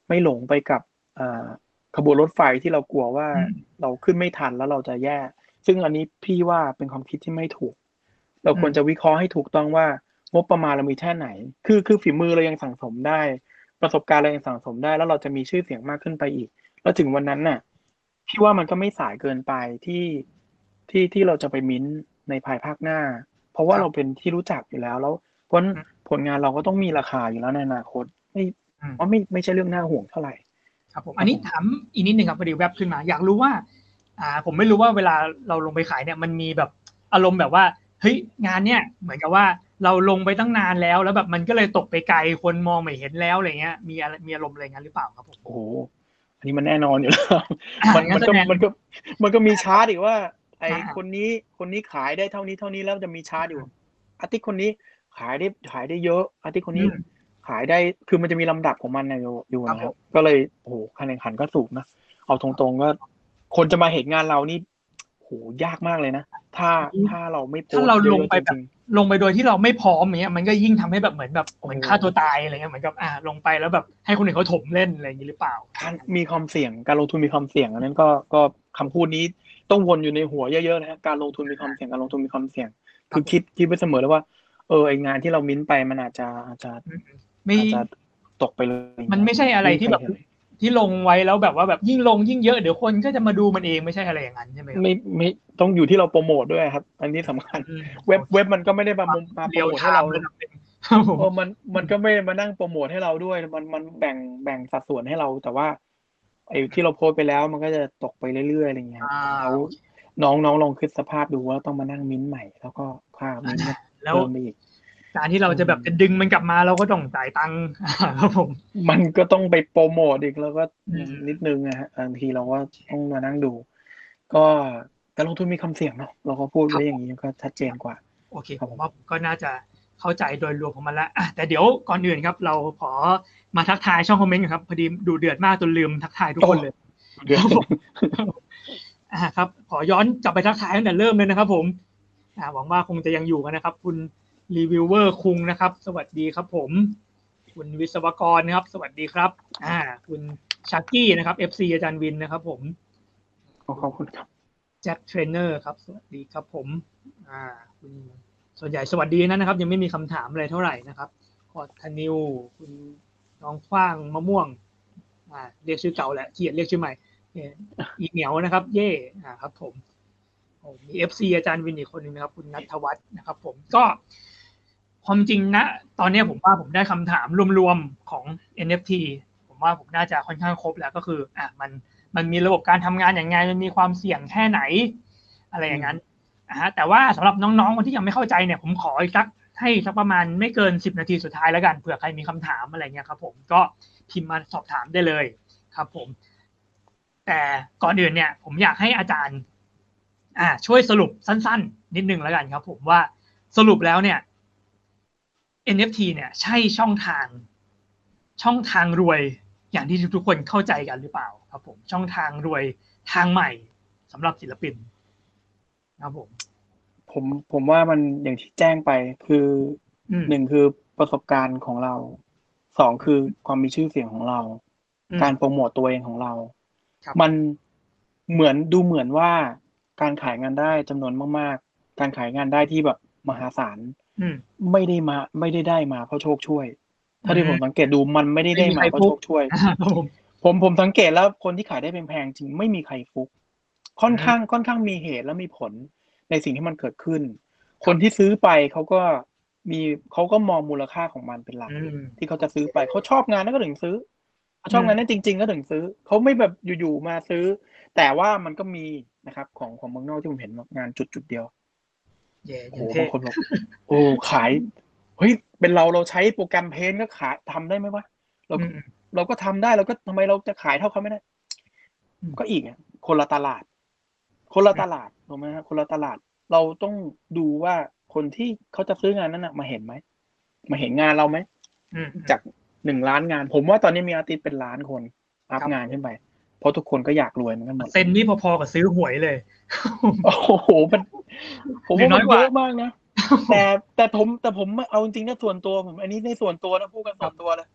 ไม่หลงไปกับขบวนรถไฟที่เรากลัวว่าอืมเราขึ้นไม่ทันแล้วเราจะแย่ซึ่งอันนี้พี่ว่าเป็นความคิดที่ไม่ถูกเราอืมควรจะวิเคราะห์ให้ถูกต้องว่างบประมาณเรามีแค่ไหนคือคือฝีมือเรายังสั่งสมได้ประสบการณ์เรายังสั่งสมได้แล้วเราจะมีชื่อเสียงมากขึ้นไปอีกแล้วถึงวันนั้นน่ะพี่ว่ามันก็ไม่สายเกินไปที่ที่ที่เราจะไปมิ้นท์ในภายภาคหน้าเพราะว่าครับเราเป็นที่รู้จักอยู่แล้วแล้วเพราะอืมผลงานเราก็ต้องมีราคาอยู่แล้วในอนาคตไม่อืมว่าไม่ไม่ใช่เรื่องน่าห่วงเท่าไหร่ครับผมครับผมอันนี้ถามอีกนิดหนึ่งครับพอดีแวบขึ้นมาอยากรู้ว่าอ่าผมไม่รู้ว่าเวลาเราลงไปขายเนี่ยมันมีแบบอารมณ์แบบว่าเฮ้ยงานเนี่ยเหมือนกับว่าเราลงไปตั้งนานแล้วแล้วแบบมันก็เลยตกไปไกลคนมองไม่เห็นแล้วอะไรเงี้ยมีอะไรมีอารมณ์อะไรงั้นหรือเปล่าครับผมโอ้โหอันนี้มันแน่นอนอยู่แล้วอ่ามันงั้นแสดงมันก็มันก็มันก็มีชาร์ตอีกว่าไออ่าคนนี้คนนี้ขายได้เท่านี้เท่านี้แล้วจะมีชาร์ตอยู่อืมอาทิตย์คนนี้ขายได้ขายได้เยอะอาทิตย์คนนี้อืมขายได้คือมันจะมีลำดับของมันอยู่อยู่นะครับครับผมก็เลยโอ้โหการแข่งขันก็สูงนะเอาตรงๆก็คนจะมาเห็นงานเรานี่โอ้โหยากมากเลยนะถ้าถ้าเราไม่โพถ้าเราสต์เยลงไปแบบอะๆจริงลงไปโดยที่เราไม่พร้อมอย่างเงี้ยมันก็ยิ่งทำให้แบบเหมือนแบบๆโอ้โหเหมือนฆ่าตัวตายอะไรเงี้ยเหมือนกับอ่าลงไปแล้วแบบให้คนอื่นเขาถมเล่นอะไรอย่างนี้หรือเปล่าการมีความเสี่ยงการลงทุนมีความเสี่ยงอันนั้นก็ก็คำพูดนี้ต้องวนอยู่ในหัวเยอะๆนะฮะการลงทุนมีความเสี่ยงการลงทุนมีความเสี่ยงครับคือคิดคิดไว้เสมอแล้วว่าเออไองานที่เรามิ้นไปมันอาจจะอาจจะไม่อาจจะตกไปเลยมันไม่ใช่อะไรไม่มีที่แบบใครเห็นที่ลงไว้แล้วแบบว่าแบบยิ่งลงยิ่งเยอะเดี๋ยวคนก็จะมาดูมันเองไม่ใช่อะไรอย่างนั้นใช่ไหมครับไม่ไม่ต้องอยู่ที่เราโปรโมทด้วยครับอันนี้สำคัญเว็บเว็บมันก็ไม่ได้มามาโปรเรียลไทโมทให้เราม์ระดับหนึ่งครับผมเออมันมันก็ไม่มานั่งโปรโมทให้เราด้วยมันมันแบ่งแบ่งสัดส่วนให้เราแต่ว่าไอ้ที่เราโพสต์ไปแล้วมันก็จะตกไปเรื่อยๆอะไรเงี้ยครับอ่าแล้วน้องน้องลองคิดสภาพดูว่าต้องมานั่งมิ้นท์ใหม่แล้วก็ค่ามิ้นท์ก็แล้วเพิ่มไปอีกการที่เราจะแบบจะดึงมันกลับมาเราก็ต้องจ่ายตังค์ครับผมมันก็ต้องไปโปรโมทอีกแล้วก็อืมนิดนึงนะฮะบางทีเราก็ต้องมานั่งดูก็การลงทุนมีความเสี่ยงเนาะเราก็พูดครับไว้อย่างนี้ก็ชัดเจนกว่าโอเคครับผมผมว่าก็น่าจะเข้าใจโดยรวมของมันแล้วอ่ะแต่เดี๋ยวก่อนอื่นครับเราขอมาทักทายช่องคอมเมนต์ครับพอดีดูเดือดมากจนลืมทักทายทุกคนเลยเดือนอ่าครับขอย้อนกลับไปทักทายตั้งแต่เริ่มเลยนะครับผมอ่าหวังว่าคงจะยังอยู่กันนะครับคุณรีวิวเวอร์คุงนะครับสวัสดีครับผมคุณวิศวกรนะครับสวัสดีครับอ่าคุณชักกี้นะครับ เอฟ ซี อาจารย์วินนะครับผมขอบคุณครับแจ็คเทรนเนอร์ครับสวัสดีครับผมอ่าคุณส่วนใหญ่สวัสดีนะครับยังไม่มีคำถามอะไรเท่าไหร่นะครับขอธนิวคุณน้องขว้างมะม่วงอ่าเรียกชื่อเก่าแหละเกียดเรียกชื่อใหม่อีเหนียวนะครับเย่อ่าครับผมมี เอฟ ซี อาจารย์วินอีกคนนึงนะครับคุณณัฐวัฒน์นะครับผมก็ความจริงนะตอนนี้ผมว่าผมได้คำถามรวมๆของ เอ็น เอฟ ที ผมว่าผมน่าจะค่อนข้างครบแล้วก็คืออ่ะมันมันมีระบบการทำงานอย่างไงมันมีความเสี่ยงแค่ไหนอะไรอย่างนั้นอ่ะแต่ว่าสำหรับน้องๆคนที่ยังไม่เข้าใจเนี่ยผมขออีกสักให้สักประมาณไม่เกินสิบนาทีสุดท้ายแล้วกันเผื่อใครมีคำถามอะไรเงี้ยครับผมก็พิมพ์มาสอบถามได้เลยครับผมแต่ก่อนอื่นเนี่ยผมอยากให้อาจารย์อ่าช่วยสรุปสั้นๆนิดนึงแล้วกันครับผมว่าสรุปแล้วเนี่ย เอ็น เอฟ ที เนี่ยใช่ช่องทางช่องทางรวยอย่างที่ทุกคนเข้าใจกันหรือเปล่าครับผมช่องทางรวยทางใหม่สำหรับศิลปินครับผมผมผมว่ามันอย่างที่แจ้งไปคือหนึ่งคือประสบการณ์ของเราสองคือความมีชื่อเสียงของเราการโปรโมตตัวเองของเรามันเหมือนดูเหมือนว่าการขายงานได้จำนวนมากๆการขายงานได้ที่แบบมหาศาลไม่ได้มาไม่ได้ได้มาเพราะโชคช่วยถ้าที่ผมสังเกตดูมันไม่ได้ได้มาเพราะโชคช่วยผมผมสังเกตแล้วคนที่ขายได้แพงๆจริงไม่มีใครฟุกค่อนข้างค่อนข้างมีเหตุและมีผลในสิ่งที่มันเกิดขึ้นคนที่ซื้อไปเขาก็มีเขาก็มองมูลค่าของมันเป็นหลักที่เขาจะซื้อไปเขาชอบงานนั้นก็ถึงซื้อเขาชอบงานนั้นจริงๆก็ถึงซื้อเขาไม่แบบอยู่ๆมาซื้อแต่ว่ามันก็มีนะครับของของเมืองนอกที่ผมเห็นงานจุดจุดเดียวโอ้โหบางคนบอกโอ้ขายเฮ้ยเป็นเราเราใช้โปรแกรมเพนก็ขายทำได้ไหมวะเราเราก็ทำได้เราก็ทำไมเราจะขายเท่าเขาไม่ได้ก็อีกอ่ะคนละตลาดคนละตลาดถูกไหมครับคนละตลาดเราต้องดูว่าคนที่เขาจะซื้องานนั้นนะมาเห็นไหมมาเห็นงานเราไหมจากหนึ่งล้านงานผมว่าตอนนี้มีอาร์ติสต์เป็นล้านคนอัพงานขึ้นไปเพราะทุกคนก็อยากรวยเหมือนกันหมดเซ็นนี่พอๆกับซื้อหวยเลยโอ้โหมันผมว่ามันเยอะมากนะแต่แต่ผมแต่ผมเอาจริงๆนะส่วนตัวผมอันนี้ในส่วนตัวนะพูดกันส่วนตัวเลย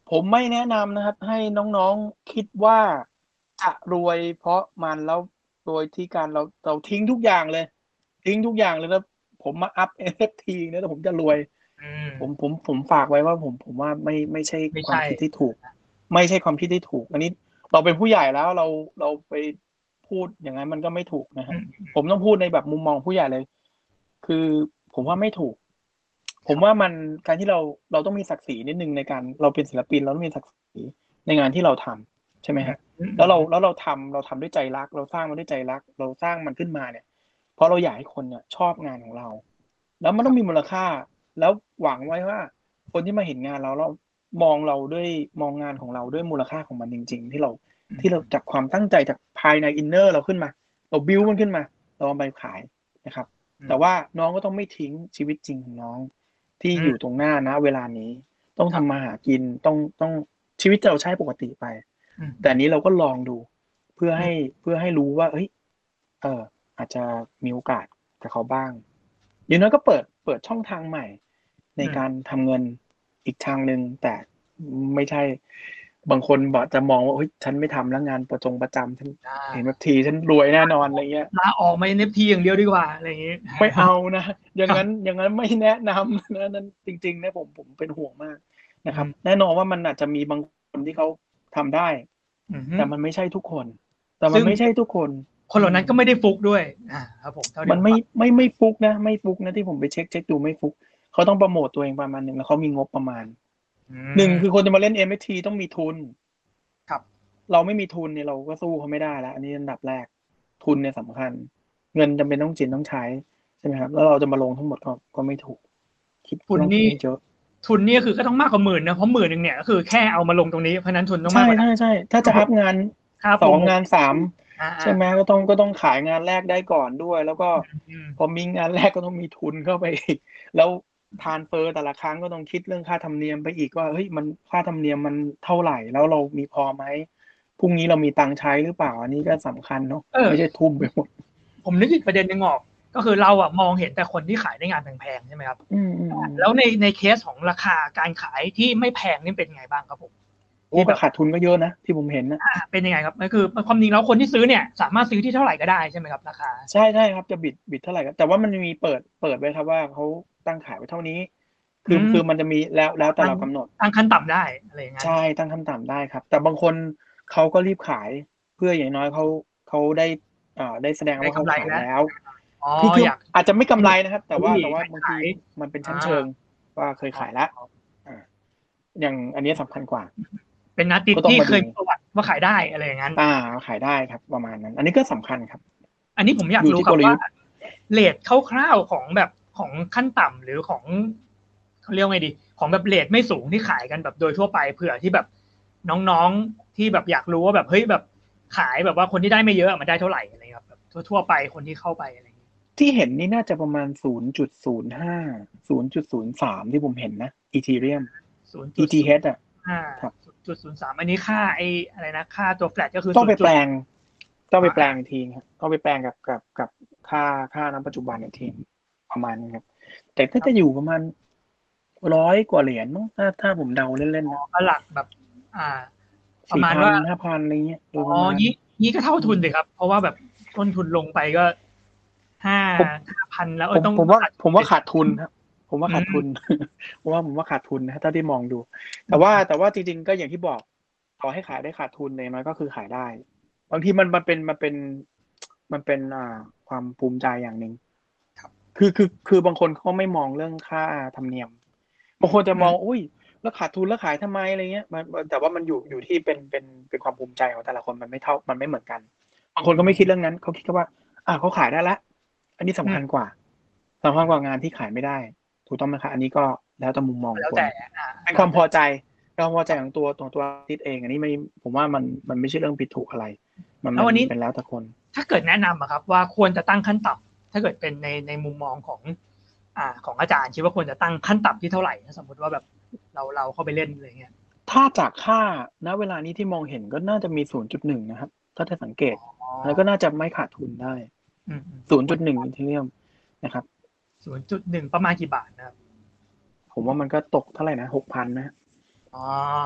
ผมไม่แนะนำนะครับให้น้องๆคิดว่าจะรวยเพราะมันแล้วโดยที่การเราเราทิ้งทุกอย่างเลยทิ้งทุกอย่างเลยแล้วผมมาอัพ เอ็น เอฟ ที นะแต่ผมจะรวยผมผมผมฝากไว้ว่าผมผมว่าไม่ไม่ใช่ความคิดที่ถูกไม่ใช่ความคิดที่ถูกอันนี้เราเป็นผู้ใหญ่แล้วเราเราไปพูดอย่างนั้นมันก็ไม่ถูกนะฮะผมต้องพูดในแบบมุมมองผู้ใหญ่เลยคือผมว่าไม่ถูกผมว่ามันการที่เราเราต้องมีศักดิ์ศรีนิดนึงในการเราเป็นศิลปินเราต้องมีศักดิ์ศรีในงานที่เราทำใช่ไหมฮะแล้วเราแล้วเราทำเราทำด้วยใจรักเราสร้างมันด้วยใจรักเราสร้างมันขึ้นมาเนี่ยเพราะเราอยากให้คนเนี่ยชอบงานของเราแล้วมันต้องมีมูลค่าแล้วหวังไว้ว่าคนที่มาเห็นงานเราเรามองเราด้วยมองงานของเราด้วยมูลค่าของมันจริงๆที่เราที่เราจากความตั้งใจจากภายในอินเนอร์เราขึ้นมาเราบิวมันขึ้นมาเราเอาไปขายนะครับแต่ว่าน้องก็ต้องไม่ทิ้งชีวิตจริงของน้องที่อยู่ตรงหน้านะเวลานี้ต้องทำมาหากินต้องต้องชีวิตเราใช้ปกติไปแต่นี้เราก็ลองดูเพื่อให้เพื่อให้รู้ว่าเฮ้ยเอออาจจะมีโอกาสกับเขาบ้างอย่างน้อยก็เปิดเปิดช่องทางใหม่ในการทำเงินอีกทางหนึ่งแต่ไม่ใช่บางคนบอกจะมองว่าเฮ้ยฉันไม่ทำแล้วงานประจงประจำฉันเห็นแบบทีฉันรวยแน่นอนอะไรเงี้ยลาออกมา เอ็น เอฟ ที อย่างเดียวดีกว่าอะไรอย่างงี้ไม่เอานะอย่างนั้นอย่างนั้นไม่แนะนำนะนั้นจริงๆนะผมผมเป็นห่วงมากนะครับแน่นอนว่ามันอาจจะมีบางคนที่เขาทำได้แต่มันไม่ใช่ทุกคนแต่มันไม่ใช่ทุกคนคนเหล่านั้นก็ไม่ได้ฟุกด้วยอ่าครับผมมันไม่ไม่ไม่ฟุกนะไม่ฟุกนะที่ผมไปเช็คเช็คดูไม่ฟุกเขาต้องโปรโมตตัวเองประมาณหนึ่งแล้วเขามีงบประมาณหนึ่งคือคนจะมาเล่น เอ็ม เอฟ ที ต้องมีทุนครับเราไม่มีทุนเนี่ยเราก็สู้เขาไม่ได้แล้วอันนี้อันดับแรกทุนเนี่ยสำคัญเงินจำเป็นต้องจินต้องใช้ใช่ไหมครับแล้วเราจะมาลงทั้งหมดก็ก็ไม่ถูกคิดทุนนี่เยอะทุนนี่คือก็ต้องมากกว่าหมื่นนะเพราะหมื่นหนึ่งเนี่ยก็คือแค่เอามาลงตรงนี้เพราะนั้นทุนต้องมากกว่าใช่ใช่ถ้าจะอัพงานสองงานสามใช่ไหมก็ต้องก็ต้องขายงานแรกได้ก่อนด้วยแล้วก็พอมีงานแรกก็ต้องมีทุนเข้าไปอีกแล้วทานเฟอร์แต่ละครั้งก็ต้องคิดเรื่องค่าธรรมเนียมไปอีกว่าเฮ้ยมันค่าธรรมเนียมมันเท่าไหร่แล้วเรามีพอไหมพรุ่งนี้เรามีตังค์ใช้หรือเปล่าอันนี้ก็สำคัญเนาะไม่ใช่ทุ่มไปหมดผมนึกอีกประเด็นนึงออกก็คือเราอะมองเห็นแต่คนที่ขายได้งานแพงๆใช่ไหมครับแล้วในในเคสของราคาการขายที่ไม่แพงนี่เป็นไงบ้างครับผมโอ้ขาดทุนก็เยอะนะที่ผมเห็นนะเป็นยังไงครับก็คือความจริงแล้วคนที่ซื้อเนี่ยสามารถซื้อที่เท่าไหร่ก็ได้ใช่ไหมครับราคาใช่ใช่ครับจะบิดบิดเท่าไหร่ครับแต่ว่ามันมีเปิดเปิดไว้ครับว่าเขาตั้งขายไว้เท่านี้คือคือมันจะมีแล้วแล้วแต่เรากำหนดตั้งขั้นต่ำได้อะไรอย่างเงี้ยใช่ตั้งขั้นต่ำได้ครับแต่บางคนเขาก็รีบขายเพื่ออย่างน้อยเขาเขาได้อ่าได้แสดงว่าเขาขายแล้วคือคืออาจจะไม่กำไรนะครับแต่ว่าแต่ว่าบางทีมันเป็นชั้นเชิงว่าเคยขายแล้วอ่าอย่างอันนี้สำคัญกว่าเป็นนัดติดที่เคยประวัติว่าขายได้อะไรอย่างนั้นอ่าขายได้ครับประมาณนั้นอันนี้ก็สำคัญครับอันนี้ผมอยากรู้ครับว่าเรทคร่าวๆของแบบของขั้นต่ำหรือของเขาเรียกไงดีของแบบเรทไม่สูงที่ขายกันแบบโดยทั่วไปเผื่อที่แบบน้องๆที่แบบอยากรู้ว่าแบบเฮ้ยแบบขายแบบว่าคนที่ได้ไม่เยอะมันได้เท่าไหร่อะไรครับแบบทั่วๆไปคนที่เข้าไปอะไรอย่างนี้ที่เห็นนี่น่าจะประมาณ ศูนย์จุดศูนย์ห้า ศูนย์จุดศูนย์สาม ที่ผมเห็นนะ Ethereum อี ที เอช อ่ะครับ ศูนย์จุดศูนย์สาม อันนี้ค่าไอ้อะไรนะค่าตัวแฟลตก็คือต้องไปแปลงต้องไปแปลงทีครับต้องไปแปลงกับกับกับค่าค่าน้ำปัจจุบันอีกทีประมาณนี้ครับแต่ถ้าจะอยู่ประมาณร้อยกว่าเหรียญมั้งถ้าถ้าผมเดาเล่นๆนะก็หลักแบบอ่าประมาณว่าห้าพัน อะไรเงี้ยอ๋อยี่ยี่ก็เท่าทุนเลยครับเพราะว่าแบบต้นทุนลงไปก็ห้าห้าพันแล้วต้องผมว่าผมว่าขาดทุนครับผมว่าขาดทุนผมว่าผมว่าขาดทุนนะถ้าที่มองดูแต่ว่าแต่ว่าจริงๆก็อย่างที่บอกต่อให้ขายได้ขาดทุนเลยมันก็คือขายได้บางทีมันมันเป็นมันเป็นมันเป็นอ่าความภูมิใจอย่างหนึ่งคือคือคือบางคนเขาไม่มองเรื่องค่าธรรมเนียมบางคนจะมองอุ้ยแล้วขาดทุนแล้วขายทำไมอะไรเงี้ยมันแต่ว่ามันอยู่อยู่ที่เป็นเป็นเป็นความภูมิใจของแต่ละคนมันไม่เท่ามันไม่เหมือนกันบางคนก็ไม่คิดเรื่องนั้นเขาคิดแค่ว่าอ่าเขาขายได้ละอันนี้สำคัญกว่าสำคัญกว่างานที่ขายไม่ได้ถูกต้องไหมครับอันนี้ก็แล้วแต่มุมมองคนเป็นความพอใจความพอใจของตัวตัวตัวติดเองอันนี้ไม่ผมว่ามันมันไม่ใช่เรื่องผิดถูกอะไรมันเป็นแล้วแต่คนถ้าเกิดแนะนำอะครับว่าควรจะตั้งขั้นต่ำถ้าเกิดเป็นในในมุมมองของอ่าของอาจารย์คิดว่าควรจะตั้งขั้นต่ำที่เท่าไหร่ถ้าสมมติว่าแบบเราเราเข้าไปเล่นอะไรเงี้ยถ้าจากค่าณเวลานี้ที่มองเห็นก็น่าจะมี ศูนย์จุดหนึ่ง นะครับถ้าจะสังเกตแล้วก็น่าจะไม่ขาดทุนได้ ศูนย์จุดหนึ่ง อีเธเรียมนะครับศูนย์จุดหนึ่ง ประมาณกี่บาทนะครับผมว่ามันก็ตกเท่าไหร่นะ หกพัน นะอ๋อ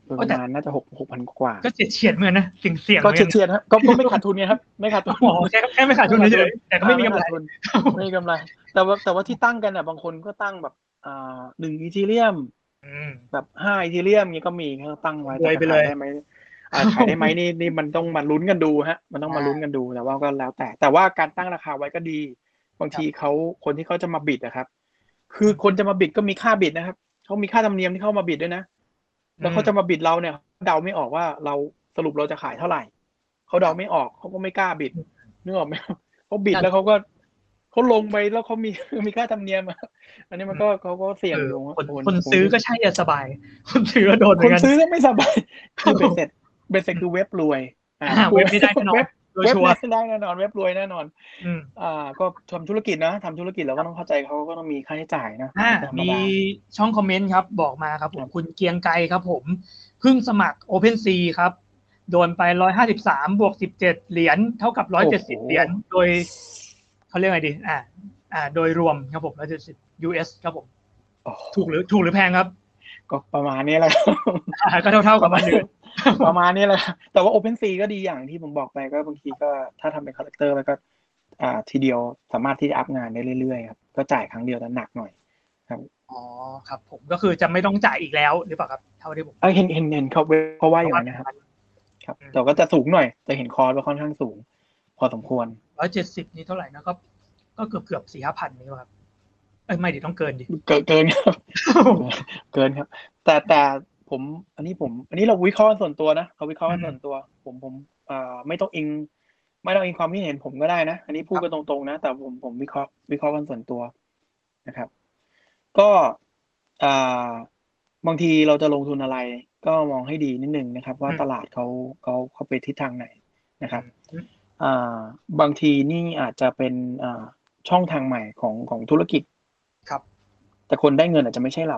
โดยประมาณน่าจะหกหกพันกว่าก็เฉียดๆเหมือนนะเสี่ยงเสี่ยงก็เฉียดๆครับก็ไม่ขาดทุนไงครับไม่ขาดทุนอ๋อแค่แค่ไม่ขาดทุนเฉยๆแต่ก็ไม่มีกำไรไม่มีกำไรแต่ว่าแต่ว่าที่ตั้งกันอ่ะบางคนก็ตั้งแบบอ่าหนึ่งอีเธเรียมแบบห้าอีเธเรียมนี้ก็มีเขาตั้งไว้แต่ขายได้ไหมขายได้ไหมนี่นี่มันต้องมาลุ้นกันดูฮะมันต้องมาลุ้นกันดูแต่ว่าก็แล้วแต่แต่ว่าการตั้งราคาไว้ก็ดีบางทีเขาคนที่เขาจะมาบิดนะครับคือคนจะมาบิดก็มีค่าบิดนะครับเขามีค่าธรรมเนียมที่เข้ามาบิดด้วยนะแล้วเขาจะมาบิดเราเนี่ยเดาไม่ออกว่าเราสรุปเราจะขายเท่าไหร่เขาเดาไม่ออกเขาก็ไม่กล้าบิดนึกออกไหมเขาบิดแล้วเขาก็เขาลงไปแล้วเขามีมีค่าธรรมเนียมอันนี้มันก็เขาก็เสี่ยงอยู่คนซื้อก็ใช่จะสบายคนซื้อก็โดนเหมือนกันคนซื้อก็ไม่สบายคือเบ็ดเสร็จเบ็ดเสร็จคือเว็บรวยอ่าเว็บไม่ได้แน่นอนเว็บไม่ได้แน่นอนเว็บรวยแน่นอนอ่าก็ทำธุรกิจนะทำธุรกิจแล้วก็ต้องเข้าใจเขาก็ต้องมีค่าใช้จ่ายนะมีช่องคอมเมนต์ครับบอกมาครับผมคุณเกียงไกรครับผมเพิ่งสมัคร OpenSea ครับโดนไปหนึ่งร้อยห้าสิบสามบวกสิบเจ็ดเหรียญเท่ากับหนึ่งร้อยเจ็ดสิบเหรียญโดยเขาเรียกไงดีอ่าอ่าโดยรวมครับผมหนึ่งร้อยเจ็ดสิบ ยู เอส ครับผมถูกหรือถูกหรือแพงครับก็ประมาณนี้แหละก็เท่าๆกับมันอยู่ประมาณนี้แหละแต่ว่า OpenSea ก็ดีอย่างที่ผมบอกไปก็บางทีก็ถ้าทำเป็นคาแรคเตอร์แล้วก็อ่าทีเดียวสามารถที่จะอัพงานได้เรื่อยๆครับก็จ่ายครั้งเดียวแต่หนักหน่อยครับอ๋อครับผมก็คือจะไม่ต้องจ่ายอีกแล้วหรือเปล่าครับเท่าที่ผมเห็นเห็นเห็นเขาเขาว่าอย่างนั้นนะครับครับแต่ก็จะสูงหน่อยจะเห็นคอร์สว่าค่อนข้างสูงพอสมควรหนึ่งร้อยเจ็ดสิบนี่เท่าไหร่นะครับก็เกือบเกือบ สี่ห้าพัน นี่ครับเอ้ยไม่ดิต้องเกินดิเกินเกินครับเกินครับแต่แต่ผมอันนี้ผมอันนี้เราวิเคราะห์ส่วนตัวนะเราวิเคราะห์ส่วนตัวผมผมอ่าไม่ต้องอิงไม่ต้องอิงความคิดเห็นผมก็ได้นะอันนี้พูดกันตรงๆนะแต่ผมผมวิเคราะห์วิเคราะห์กันส่วนตัวนะครับก็อ่าบางทีเราจะลงทุนอะไรก็มองให้ดีนิดนึงนะครับว่าตลาดเขาเขาเขาไปทิศทางไหนนะครับอ่าบางทีนี่อาจจะเป็นอ่าช่องทางใหม่ของของธุรกิจครับแต่คนได้เงินอาจจะไม่ใช่เรา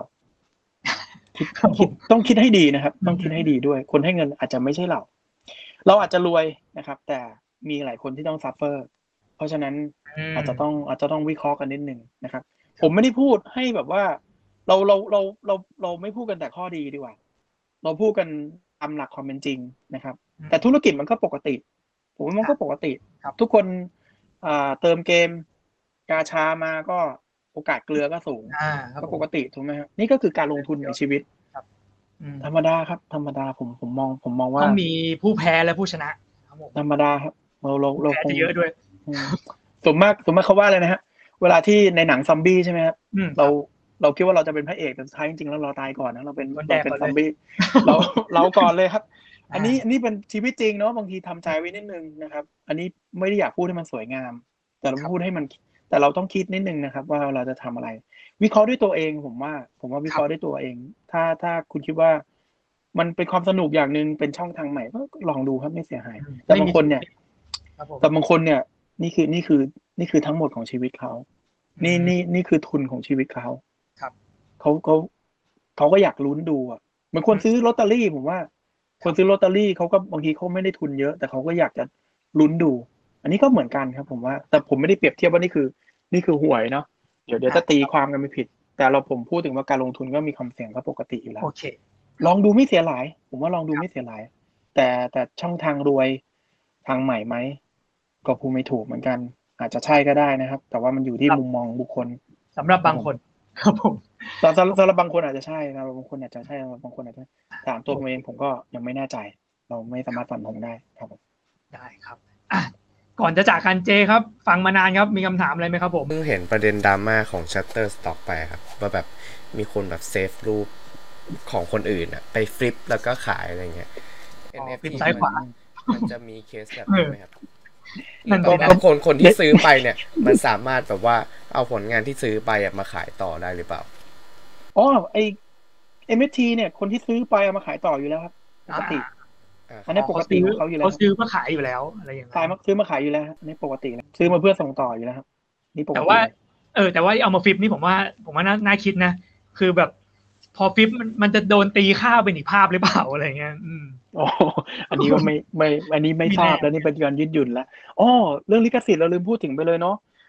ต้องคิดให้ดีนะครับต้องคิดให้ดีด้วยคนให้เงินอาจจะไม่ใช่เราเราอาจจะรวยนะครับแต่มีหลายคนที่ต้องซัฟเฟอร์เพราะฉะนั้นอาจจะต้องอาจจะต้องวิเคราะห์กันนิดนึงนะครับผมไม่ได้พูดให้แบบว่าเราเราเราเราเราไม่พูดกันแต่ข้อดีดีกว่าเราพูดกันตามหลักความเป็นจริงนะครับแต่ธุรกิจมันก็ปกติผมว่ามันก็ปกติทุกคนอ่าเติมเกมกาชามาก็โอกาสเกลือก็สูงก็ปกติถูกไหมครับนี่ก็คือการลงทุนในชีวิตธรรมดาครับธรรมดาผมผมมองผมมองว่าต้องมีผู้แพ้และผู้ชนะธรรมดาครับเราเราเราคงเยอะด้วยสมมากสมมากเขาว่าเลยนะฮะเวลาที่ในหนังซอมบี้ใช่ไหมครับเราเราคิดว่าเราจะเป็นพระเอกแต่สุดท้ายจริงๆแล้วเราตายก่อนนะเราเป็นเราเป็นซอมบี้เราเราก่อนเลยครับอันนี้อันนี้เป็นชีวิตจริงเนาะบางทีทำใจไว้นิดนึงนะครับอันนี้ไม่ได้อยากพูดให้มันสวยงามแต่เราพูดให้มันแต่เราต้องคิดนิดนึงนะครับว่าเราจะทำอะไรวิเคราะห์ด้วยตัวเองผมว่าผมว่าวิเคราะห์ด้วยตัวเองถ้าถ้าคุณคิดว่ามันเป็นความสนุกอย่างนึงเป็นช่องทางใหม่ก็ลองดูครับไม่เสียหายแต่บางคนเนี่ยแต่บางคนเนี่ยนี่คือนี่คือนี่คือทั้งหมดของชีวิตเขานี่นี่นี่คือทุนของชีวิตเขาครับเขาเขาเขาก็อยากลุ้นดูอ่ะเหมือนคนซื้อลอตเตอรี่ผมว่าคนซื้อลอตเตอรี่เขาก็บางทีเขาไม่ได้ทุนเยอะแต่เขาก็อยากจะลุ้นดูอันนี้ก็เหมือนกันครับผมว่าแต่ผมไม่ได้เปรียบเทียบว่านี่คือนี่คือหวยเนาะเดี๋ยวเดี๋ยวจะตีความกันไม่ผิดแต่เราผมพูดถึงว่าการลงทุนก็มีความเสี่ยงก็ปกติอยู่แล้วโอเคลองดูไม่เสียหลายผมว่าลองดูไม่เสียหลายแต่แต่ช่องทางรวยทางใหม่ไหมก็พูดไม่ถูกเหมือนกันอาจจะใช่ก็ได้นะครับแต่ว่ามันอยู่ที่มุมมองบุคคลสำหรับบางคนครับผมสำหรับสำหรับบางคนอาจจะใช่นะบางคนอาจจะใช่บางคนอาจจะถามตัวผมเองผมก็ยังไม่แน่ใจเราไม่สามารถฟันธงได้ครับผมได้ครับอ่ะก่อนจะจากกันเจครับฟังมานานครับมีคำถามอะไรไหมครับผมเพิ่งเห็นประเด็นดราม่าของ Shutterstock ไปครับว่าแบบมีคนแบบเซฟรูปของคนอื่นอะไปฟลิปแล้วก็ขายอะไรเงี้ยเอ็น เอฟ ที ซ้ายขวามันจะมีเคสแบบนี้ไหมครับบางคนคนที่ซื้อไปเนี่ยมันสามารถแบบว่าเอาผลงานที่ซื้อไปมาขายต่อได้หรือเปล่าอ๋อไอ เอ็ม เอฟ ที เนี่ยคนที่ซื้อไปเอามาขายต่ออยู่แล้วครับปกติอันนี้ปกติของเขาอยู่แล้วเขาซื้อมาขายอยู่แล้วอะไรอย่างเงี้ยขายมาซื้อมาขายอยู่แล้วอันนี้ปกติแล้วซื้อมาเพื่อส่งต่ออยู่แล้วครับนี่ปกติแต่ว่าเออแต่ว่าเอามาฟลิปนี่ผมว่าผมว่าน่าคิดนะคือแบบพอฟลิปมันมันจะโดนตีค่าเป็นอีกภาพหรือเปล่าอะไรเงี้ยอืมอ๋ออันนี้ก็ไม่ไม่อันนี้ไม่ทราบแล้วนี่เป็นการยืดหยุ่นแล้วอ๋อเรื่องลิขสิทธิ์เราลืมพูดถึงไปเลยเนาะ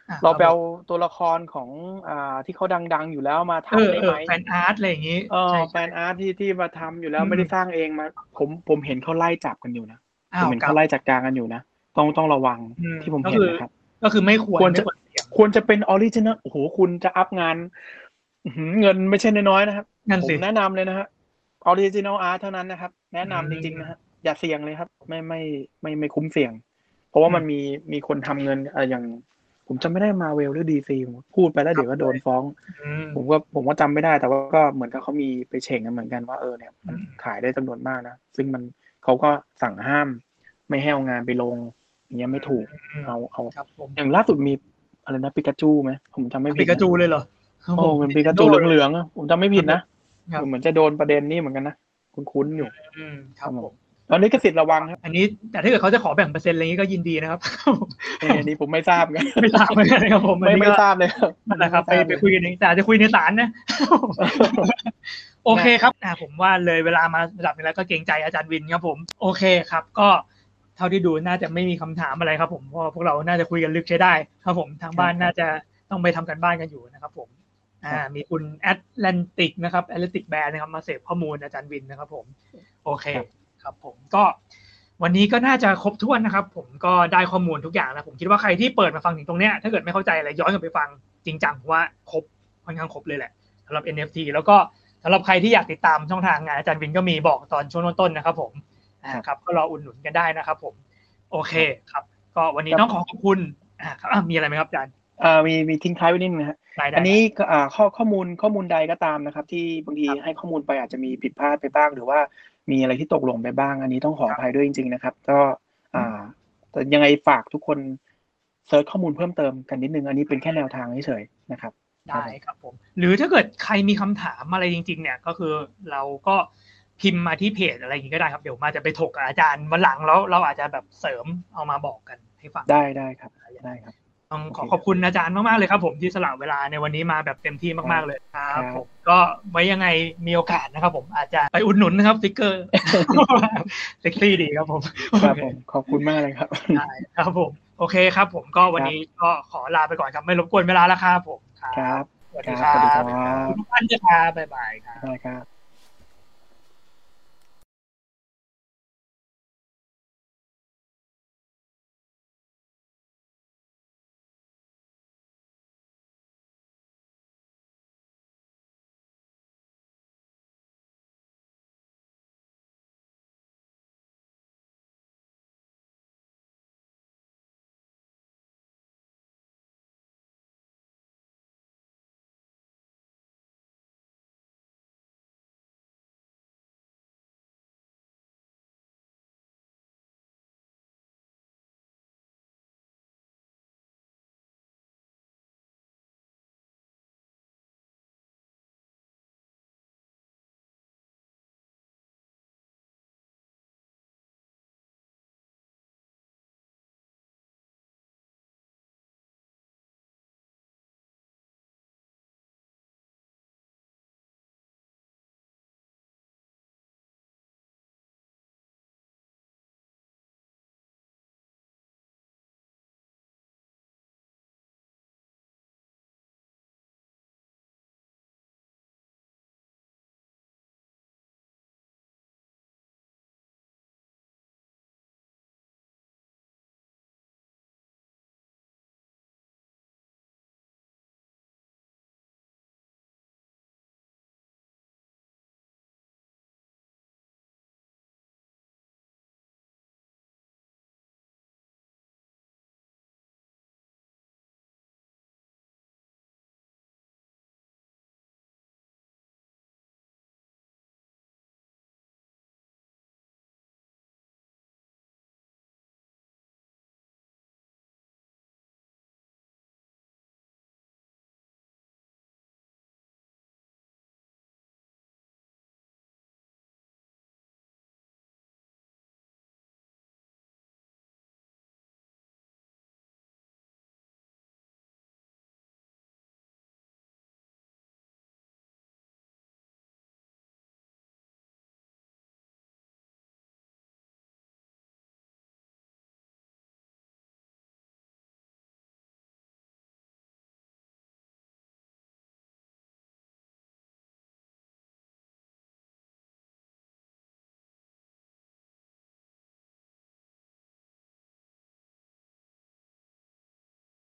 เราไปเอาตัวละครของอ่าที่เขาดังๆอยู่แล้วมาทำได้ไหมแฟนอาร์ตอะไรอย่างงี้เออแฟนอาร์ตที่ที่มาทำอยู่แล้วไม่ได้สร้างเองมาผมผมเห็นเขาไล่จับกันอยู่นะผมเห็นเขาไล่จัดการกันอยู่นะต้องต้องระวังที่ผมเห็นนะครับก็คือไม่ควรควรจะควรจะเป็นออริจินัลโอ้โหคุณจะอัพงานเงินไม่ใช่น้อยๆนะครับผมแนะนำเลยนะฮะออริจินัลอาร์ตเท่านั้นนะครับแนะนำจริงๆนะฮะอย่าเสี่ยงเลยครับไม่ไม่ไม่ไม่คุ้มเสี่ยงเพราะว่ามันมีมีคนทำเงินอะไรอย่างผมจำไม่ได้มาเวลหรือดีซีพูดไปแล้วเดี๋ยวก็โดนฟ้องผมก็ผมก็จำไม่ได้แต่ว่าก็เหมือนกับเขามีไปเฉ่งกันเหมือนกันว่าเออเนี่ยมันขายได้จำนวนมากนะซึ่งมันเขาก็สั่งห้ามไม่ให้เอางานไปลงอย่างเงี้ยไม่ถูกเอาเอาอย่างล่าสุดมีอะไรนะปิกาจูไหมผมจำไม่ผิดปิกาจูเลยเหรอโอ้เป็นปิกาจูเหลืองๆผมจำไม่ผิดนะเหมือนจะโดนประเด็นนี้เหมือนกันนะคุ้นๆอยู่ครับผมตอนนี้ก็สิทธิ์ระวังครับอันนี้แต่ถ้าเกิดเขาจะขอแบ่งเปอร์เซ็นต์อะไรนี้ก็ยินดีนะครับอันนี้ผมไม่ทราบกันไม่ทราบเหมือนกันครับผมไม่ไม่ทราบเลยนั่นแหละครับไปไปคุยกันเองแต่จะคุยในศาลนะโอเคครับผมว่าเลยเวลามาระดับนี้แล้วก็เกรงใจอาจารย์วินครับผมโอเคครับก็เท่าที่ดูน่าจะไม่มีคำถามอะไรครับผมเพราะพวกเราน่าจะคุยกันลึกใช้ได้ครับผมทางบ้านน่าจะต้องไปทำกันบ้านกันอยู่นะครับผมอ่ามีคุณแอตแลนติกนะครับแอตแลนติกแบรนด์นะครับมาเสพข้อมูลอาจารย์วินนะครับผมโอเคครับผมก็วันนี้ก็น่าจะครบถ้วนนะครับผมก็ได้ข้อมูลทุกอย่างแล้วผมคิดว่าใครที่เปิดมาฟังถึงตรงเนี้ยถ้าเกิดไม่เข้าใจอะไรย้อนกลับไปฟังจริงจังว่าครบค่อนข้างครบเลยแหละสำหรับ เอ็น เอฟ ที แล้วก็สำหรับใครที่อยากติดตามช่องทางงานอาจารย์วินก็มีบอกตอนช่วงต้นๆนะครับผมอ่าครับก็รออุดหนุนกันได้นะครับผมโอเคครับก็วันนี้ต้องขอขอบคุณอ่าครับมีอะไรไหมครับอาจารย์อ่ามีมีทิ้งท้ายไว้นิดนึงนะฮะอันนี้อ่าข้อข้อมูลข้อมูลใดก็ตามนะครับที่บางทีให้ข้อมูลไปอาจจะมีผิดพลาดไปบ้างหรือว่ามีอะไรที่ตกหล่นไปบ้างอันนี้ต้องขออภัยด้วยจริงๆนะครับก็อ่าแต่ยังไงฝากทุกคนเซิร์ชข้อมูลเพิ่มเติมกันนิดนึงอันนี้เป็นแค่แนวทางเฉยๆนะครับได้ครับผมหรือถ้าเกิดใครมีคำถามอะไรจริงๆเนี่ยก็คือเราก็พิมพ์มาที่เพจอะไรอย่างนี้ก็ได้ครับเดี๋ยวมาจะไปถกกับอาจารย์วันหลังแล้วเราอาจจะแบบเสริมเอามาบอกกันให้ฟังได้ได้ครับได้ครับต้องขอขอบคุณอาจารย์มากๆเลยครับผมที่สละเวลาในวันนี้มาแบบเต็มที่มากๆเลยครับผมก็ไว้ยังไงมีโอกาสนะครับผมอาจจะไปอุดหนุนนะครับสติ๊กเกอร์เซ็กซี่ดีครับผมครับผมขอบคุณมากเลยครับได้ครับผมโอเคครับผมก็วันนี้ก็ขอลาไปก่อนครับไม่รบกวนเวลาแล้วครับผมครับสวัสดีครับทุกท่านจะค่ะบ๊ายบายครับ